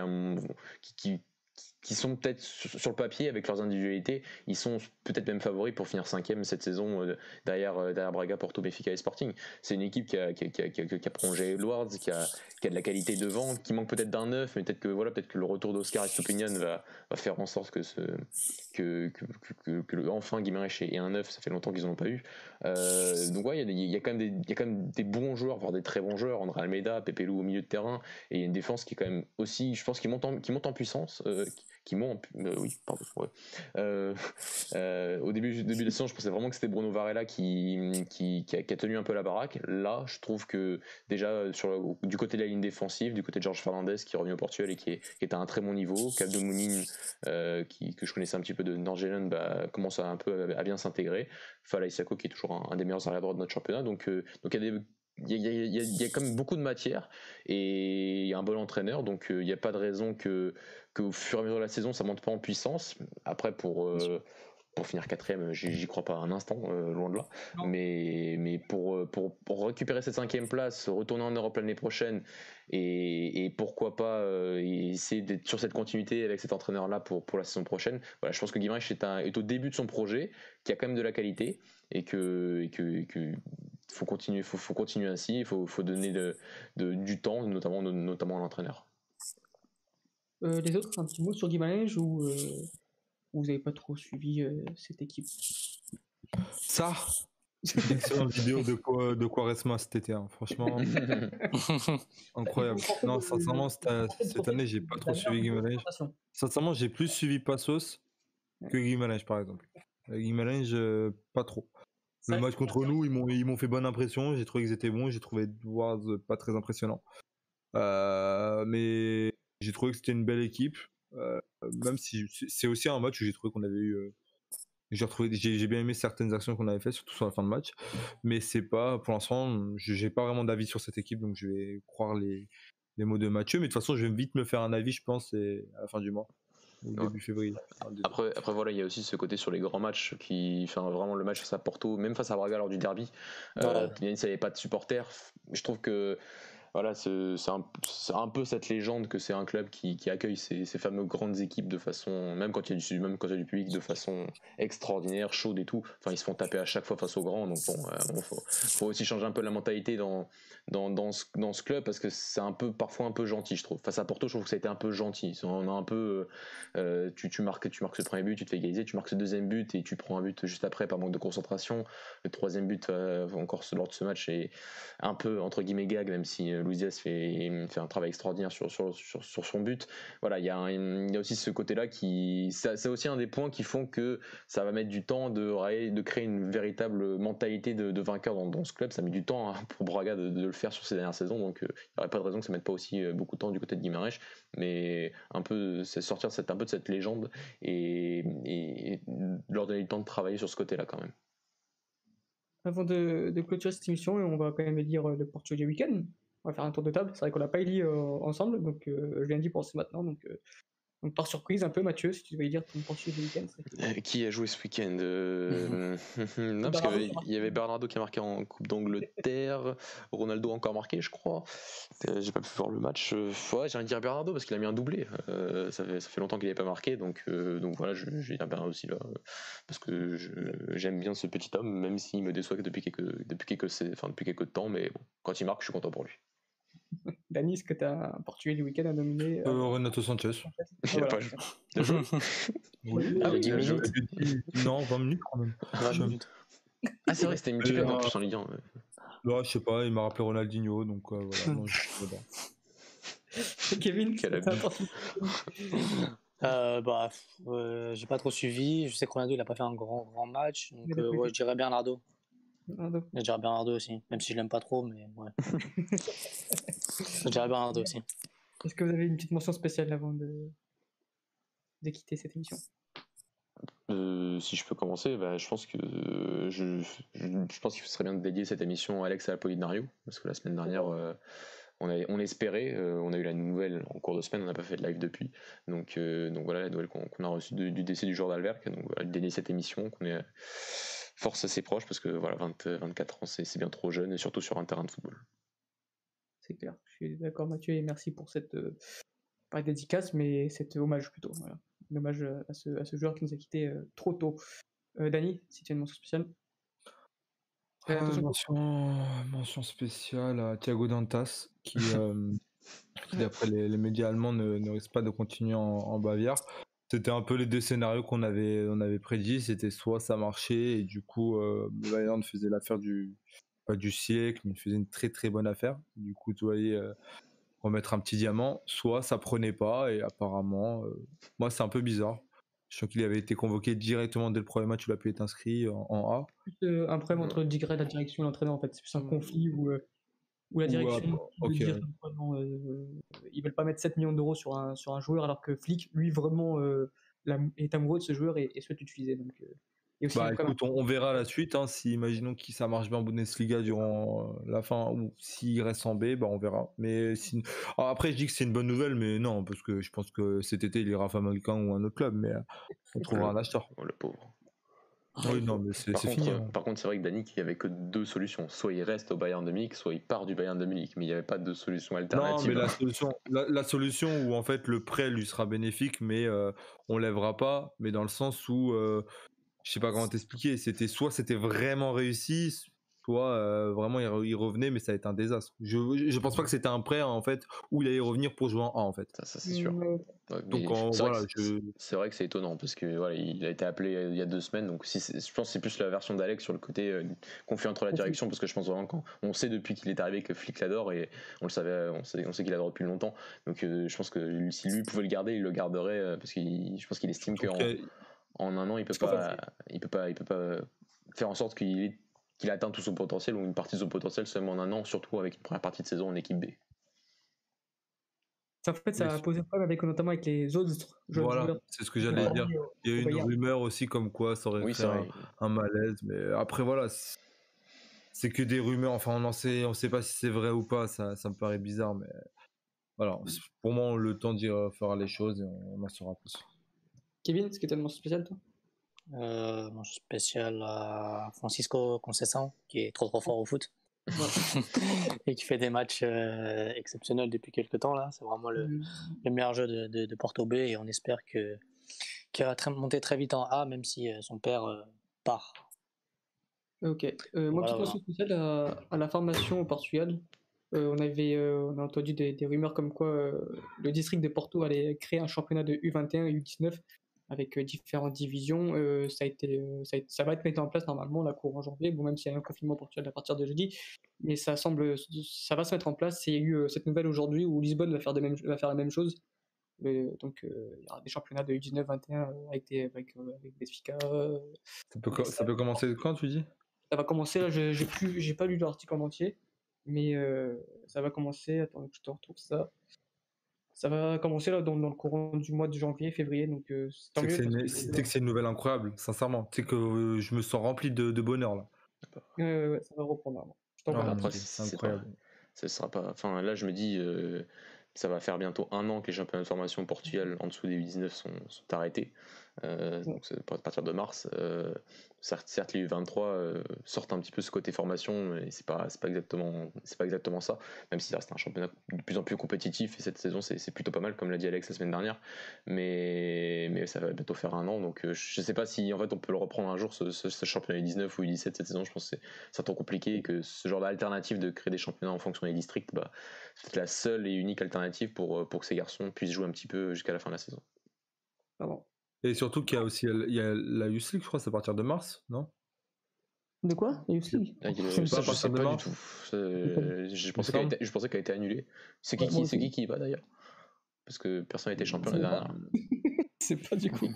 qui sont peut-être sur le papier, avec leurs individualités, ils sont peut-être même favoris pour finir 5e cette saison, derrière Braga, Porto, Benfica et Sporting. C'est une équipe qui a prolongé Edwards, qui a de la qualité devant, qui manque peut-être d'un neuf, mais peut-être que le retour d'Oscar Estupinian va faire en sorte que enfin Guimarães ait un neuf. Ça fait longtemps qu'ils n'en ont pas eu. Donc ouais, il y a quand même des bons joueurs, voire des très bons joueurs. André Almeida, Pepe Lu au milieu de terrain, et une défense qui est quand même aussi, je pense, qui monte en puissance. Au début de la saison, je pensais vraiment que c'était Bruno Varela qui a tenu un peu la baraque. Là, je trouve que déjà du côté de la ligne défensive, du côté de Jorge Fernandes qui revient au Portugal et qui est à un très bon niveau, Caldo Mounin, que je connaissais un petit peu de Norgelen, commence un peu à bien s'intégrer. Fala Isako qui est toujours un des meilleurs arrière droits de notre championnat. Donc il y a quand même beaucoup de matière, et il y a un bon entraîneur, donc il n'y a pas de raison qu'au fur et à mesure de la saison ça monte pas en puissance. Après, pour pour finir 4ème, j'y crois pas un instant, loin de là. Mais pour récupérer cette 5ème place, retourner en Europe l'année prochaine et pourquoi pas essayer d'être sur cette continuité avec cet entraîneur-là pour la saison prochaine. Voilà, je pense que Guimarães est au début de son projet, qui a quand même de la qualité et que faut continuer ainsi, il faut donner du temps, notamment à l'entraîneur. Les autres, un petit mot sur Guimarães ou vous n'avez pas trop suivi cette équipe? Ça, une excellente vidéo de Quaresma cet été, hein. Franchement, incroyable. Non, sincèrement, cette année, j'ai pas trop suivi Guimarães. Sincèrement, j'ai plus suivi Passos que Guimarães, par exemple. Guimarães, pas trop. Le match contre nous, ils m'ont fait bonne impression. J'ai trouvé qu'ils étaient bons. J'ai trouvé Edwards pas très impressionnant. Mais j'ai trouvé que c'était une belle équipe. Même si c'est aussi un match où j'ai trouvé qu'on avait eu. J'ai bien aimé certaines actions qu'on avait faites, surtout sur la fin de match. Mais c'est pas, pour l'instant, j'ai pas vraiment d'avis sur cette équipe, donc je vais croire les mots de Mathieu. Mais de toute façon, je vais vite me faire un avis, je pense, à la fin du mois. Début février. Après voilà, il y a aussi ce côté sur les grands matchs vraiment le match face à Porto, même face à Braga lors du derby. Même s'il n'y avait pas de supporters, je trouve que voilà, c'est un peu cette légende que c'est un club qui accueille ces fameuses grandes équipes de façon, même quand il y a du public, de façon extraordinaire, chaude et tout. Enfin, ils se font taper à chaque fois face aux grands, donc faut aussi changer un peu la mentalité dans ce club, parce que c'est parfois un peu gentil, je trouve. Face à Porto, je trouve que ça a été un peu gentil. On a un peu, tu marques ce premier but, tu te fais égaliser, tu marques ce deuxième but et tu prends un but juste après par manque de concentration. Le troisième but, encore lors de ce match, est un peu entre guillemets gag, même si Luis Diaz fait un travail extraordinaire sur son but. Voilà, il y a aussi ce côté-là c'est aussi un des points qui font que ça va mettre du temps de créer une véritable mentalité de vainqueur dans ce club. Ça met du temps pour Braga de le faire sur ces dernières saisons, donc il n'y aurait pas de raison que ça mette pas aussi beaucoup de temps du côté de Guimarães, mais c'est sortir un peu de cette légende et leur donner le temps de travailler sur ce côté-là quand même. Avant de clôturer cette émission, on va quand même lire le Portugal Weekend. On va faire un tour de table. C'est vrai qu'on l'a pas lu ensemble, donc je viens d'y penser maintenant. Donc par surprise, un peu, Mathieu, si tu devais lire ton Portugal Weekend. Qui a joué ce week-end? Non, parce qu'il y avait Bernardo qui a marqué en Coupe d'Angleterre, Ronaldo a encore marqué, je crois. J'ai pas pu voir le match. Ouais, j'ai envie de dire Bernardo parce qu'il a mis un doublé. Ça fait longtemps qu'il n'avait pas marqué, donc voilà, je vais dire Bernardo aussi là, parce que j'aime bien ce petit homme, même s'il me déçoit depuis quelques temps, mais bon, quand il marque, je suis content pour lui. Dani, est-ce que tu as un Portugais du week-end à nominer? Renato Sanchez. Il n'a pas joué. Oui, 10 minutes. Non, 20 minutes quand même. 20 minutes. Ah, c'est vrai, c'était une titulaire en plus en Ligue 1. Ouais, je sais pas, il m'a rappelé Ronaldinho, donc voilà. Non, Kevin, j'ai pas trop suivi. Je sais que Ronaldo il a pas fait un grand match, donc je dirais Bernardo. Je dirais Bernardo aussi, même si je l'aime pas trop, mais ouais. Je dirais Bernardo aussi. Est-ce que vous avez une petite mention spéciale avant de quitter cette émission? Si je peux commencer, je pense que je pense qu'il serait bien de dédier cette émission à Alex et à Apollinario, parce que la semaine dernière on espérait, on a eu la nouvelle en cours de semaine, on n'a pas fait de live depuis, donc voilà la nouvelle qu'on a reçue du décès du joueur d'Alverc, donc voilà, dédier cette émission, qu'on est force assez proche, parce que voilà, 24 ans c'est bien trop jeune, et surtout sur un terrain de football. C'est clair, je suis d'accord Mathieu, et merci pour cette pas dédicace, mais cet hommage plutôt. Voilà. Un hommage à ce joueur qui nous a quittés trop tôt. Dani, si tu as une mention spéciale. Mention spéciale à Thiago Dantas, qui d'après les médias allemands ne risque pas de continuer en Bavière. C'était un peu les deux scénarios qu'on avait prédits. C'était soit ça marchait et du coup le Bayern faisait l'affaire pas du siècle, mais il faisait une très très bonne affaire. Du coup, tu voyais remettre un petit diamant, soit ça prenait pas et apparemment, moi c'est un peu bizarre. Je crois qu'il avait été convoqué directement dès le premier match où il a pu être inscrit en A. Un problème entre la direction et l'entraîneur en fait, c'est plus un conflit où la direction dire ils veulent pas mettre 7 millions d'euros sur un joueur alors que Flick lui vraiment est amoureux de ce joueur et souhaite l'utiliser. Donc écoute, on verra la suite, hein, si imaginons que ça marche bien en Bundesliga durant la fin ou s'il reste en B, on verra. Mais après je dis que c'est une bonne nouvelle, mais non, parce que je pense que cet été il ira à Famalicão ou un autre club, mais on trouvera un acheteur. Oh, le pauvre. Oui, non, mais c'est Par fini. contre, Hein. par contre, c'est vrai que Danick, il n'y avait que deux solutions. Soit il reste au Bayern de Munich, soit il part du Bayern de Munich. Mais il n'y avait pas de solution Non, mais alternative. la solution où en fait le prêt lui sera bénéfique, mais on lèvera pas, mais dans le sens où je sais pas comment t'expliquer, c'était vraiment réussi, soit vraiment il revenait, mais ça a été un désastre. Je pense pas que c'était un prêt en fait où il allait revenir pour jouer en A en fait. Ça, c'est sûr. Ouais, Donc mais c'est vrai voilà, que c'est vrai que c'est étonnant parce que voilà, il a été appelé il y a 2 semaines. Donc je pense que c'est plus la version d'Alex sur le côté conflit entre la direction, parce que je pense vraiment qu'on sait depuis qu'il est arrivé que Flick l'adore, et on le savait, on sait qu'il adore depuis longtemps. Donc je pense que si lui pouvait le garder, il le garderait parce que je pense qu'il estime surtout qu'en en un an il peut pas faire en sorte qu'il atteint tout son potentiel, ou une partie de son potentiel seulement en un an, surtout avec une première partie de saison en équipe B. En fait, ça a posé problème notamment avec les autres jeunes voilà, joueurs. c'est ce que j'allais dire. Il y a eu une Bayern. rumeur aussi comme quoi ça aurait Oui, c'est créé vrai. un malaise, mais après voilà, c'est que des rumeurs. Enfin, on sait pas si c'est vrai ou pas. Ça me paraît bizarre, mais voilà. Pour moi, on a le temps d'y faire les choses et on en saura plus. Kevin, est-ce que tu as une mention spéciale, toi? Mon spécial à Francisco Conceição, qui est trop fort au foot. Et qui fait des matchs exceptionnels depuis quelques temps là. C'est vraiment le meilleur jeu de Porto B, et on espère qu'il va monter très vite en A, même si son père part. Ok. Moi, petite mention spéciale à la formation au Portugal. On a entendu des rumeurs comme quoi le district de Porto allait créer un championnat de U21 et U19 avec différentes divisions. Ça va être mis en place normalement là, courant janvier, bon, même s'il y a un confinement au Portugal à partir de jeudi, mais ça va se mettre en place. Il y a eu cette nouvelle aujourd'hui où Lisbonne va faire la même chose. Donc il y aura des championnats de U19, 21 avec Benfica. Ça peut commencer quand, tu dis? Ça va commencer là, j'ai pas lu l'article en entier, mais ça va commencer. Attends, je te retrouve ça. Ça va commencer là dans le courant du mois de janvier, février, donc c'est tant mieux. C'est que c'est une nouvelle incroyable, sincèrement. Tu sais que je me sens rempli de bonheur là. Ouais, ça va reprendre là. Je t'envoie là. Après, c'est incroyable. Ça sera pas. Enfin, là, je me dis, ça va faire bientôt un an que les championnats de formation au Portugal en dessous des U19 sont arrêtés. Donc c'est à partir de mars. Certes, les U23 sortent un petit peu ce côté formation, mais c'est pas exactement ça. Même si ça reste un championnat de plus en plus compétitif, et cette saison c'est plutôt pas mal, comme l'a dit Alex la semaine dernière. Mais ça va bientôt faire un an, donc je sais pas si en fait on peut le reprendre un jour, ce championnat U19 ou U17 cette saison. Je pense que c'est trop compliqué, et que ce genre d'alternative de créer des championnats en fonction des districts, c'est la seule et unique alternative pour que ces garçons puissent jouer un petit peu jusqu'à la fin de la saison. Pardon. Et surtout qu'il y a aussi la Youth League, je crois, c'est à partir de mars, non? De quoi? La Youth League? Je sais pas du tout. Je pensais qu'elle a été annulée. C'est qui va d'ailleurs? Parce que personne n'a été champion l'année dernière. C'est pas du coup.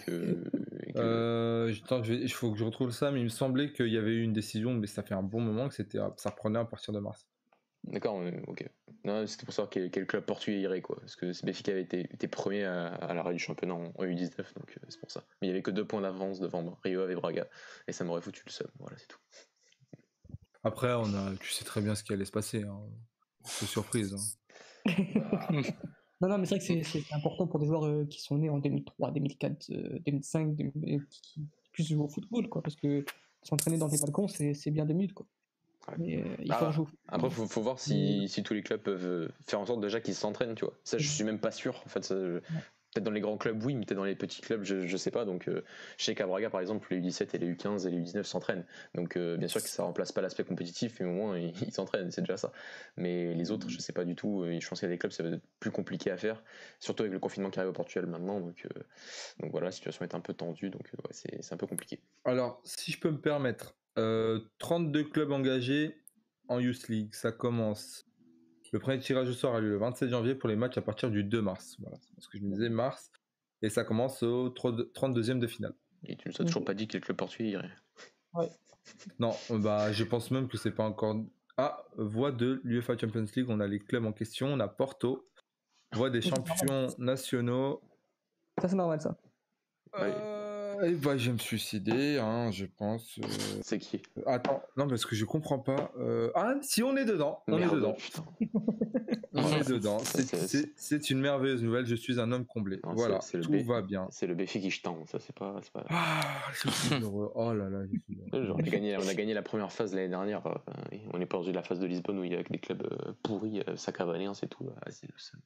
Il faut que je retrouve ça, mais il me semblait qu'il y avait eu une décision, mais ça fait un bon moment que ça reprenait à partir de mars. D'accord, ok. Non, c'était pour savoir quel club portugais irait, quoi. Parce que Benfica avait été premier à l'arrêt du championnat en U19, donc c'est pour ça. Mais il n'y avait que 2 points d'avance devant Rio Ave et Braga, et ça m'aurait foutu le seum. Voilà, c'est tout. Après, tu sais très bien ce qui allait se passer. Hein. C'est surprise. Hein. Non, mais c'est vrai que c'est important pour des joueurs qui sont nés en 2003, 2004, 2005, qui puissent jouer au football, quoi. Parce que s'entraîner dans des balcons, c'est bien 2 minutes, quoi. Ouais. Mais il faut jouer. Après, faut voir si tous les clubs peuvent faire en sorte déjà qu'ils s'entraînent, tu vois. Ça, je suis même pas sûr. En fait, peut-être dans les grands clubs, oui, mais peut-être dans les petits clubs, je sais pas. Donc, je sais qu'à Braga, par exemple, les U17 et les U15 et les U19 s'entraînent. Donc, bien sûr que ça remplace pas l'aspect compétitif, mais au moins, ils s'entraînent, c'est déjà ça. Mais les autres, je sais pas du tout. Et je pense qu'il y a des clubs, ça va être plus compliqué à faire, surtout avec le confinement qui arrive au Portugal maintenant. Donc voilà, la situation est un peu tendue, donc ouais, c'est un peu compliqué. Alors, si je peux me permettre, 32 clubs engagés en Youth League. Ça commence. Le premier tirage au sort a lieu le 27 janvier pour les matchs à partir du 2 mars. Voilà, c'est ce que je me disais, mars. Et ça commence au 32e de finale. Et tu ne nous as toujours pas dit quel club portugais irait. Ouais. Non, je pense même que c'est pas encore. Voix de l'UEFA Champions League, on a les clubs en question. On a Porto, voix des champions nationaux. Ça, c'est normal, ça. Et bah, je vais me suicider, hein, je pense. C'est qui? Attends, non, parce que je comprends pas. Ah, si on est dedans, on est Merde, dedans. putain. On Voilà. est dedans. C'est- C'est une merveilleuse nouvelle. Je suis un homme comblé. Non, Voilà, c'est le tout B. va bien. C'est le Béfi qui je tente, ça c'est pas. Ah, je suis heureux. Oh là là, je suis heureux. Genre, on a gagné la première phase l'année dernière. On est pas dans la phase de Lisbonne où il y a que des clubs pourris, Saccavanens et tout. Ah, c'est le seul.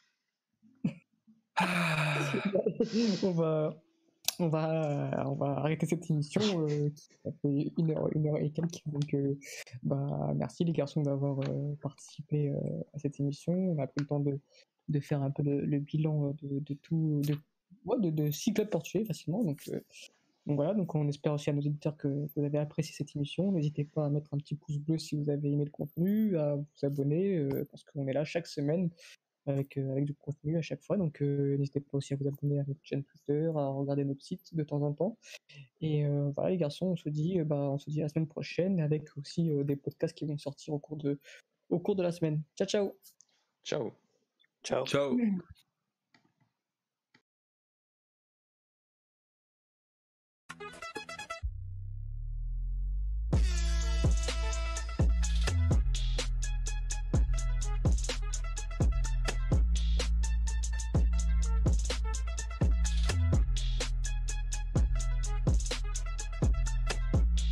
On va arrêter cette émission qui a fait une heure et quelques. Donc, merci les garçons d'avoir participé à cette émission. On a pris le temps de faire un peu le bilan de tout, de 6 clubs portugais facilement. Donc voilà, donc on espère aussi à nos éditeurs que vous avez apprécié cette émission. N'hésitez pas à mettre un petit pouce bleu si vous avez aimé le contenu, à vous abonner, parce qu'on est là chaque semaine avec du contenu à chaque fois. Donc n'hésitez pas aussi à vous abonner à notre chaîne Twitter, à regarder notre site de temps en temps. Et voilà les garçons, on se dit la semaine prochaine avec aussi des podcasts qui vont sortir au cours de la semaine. Ciao ciao. Ciao. Ciao. Ciao.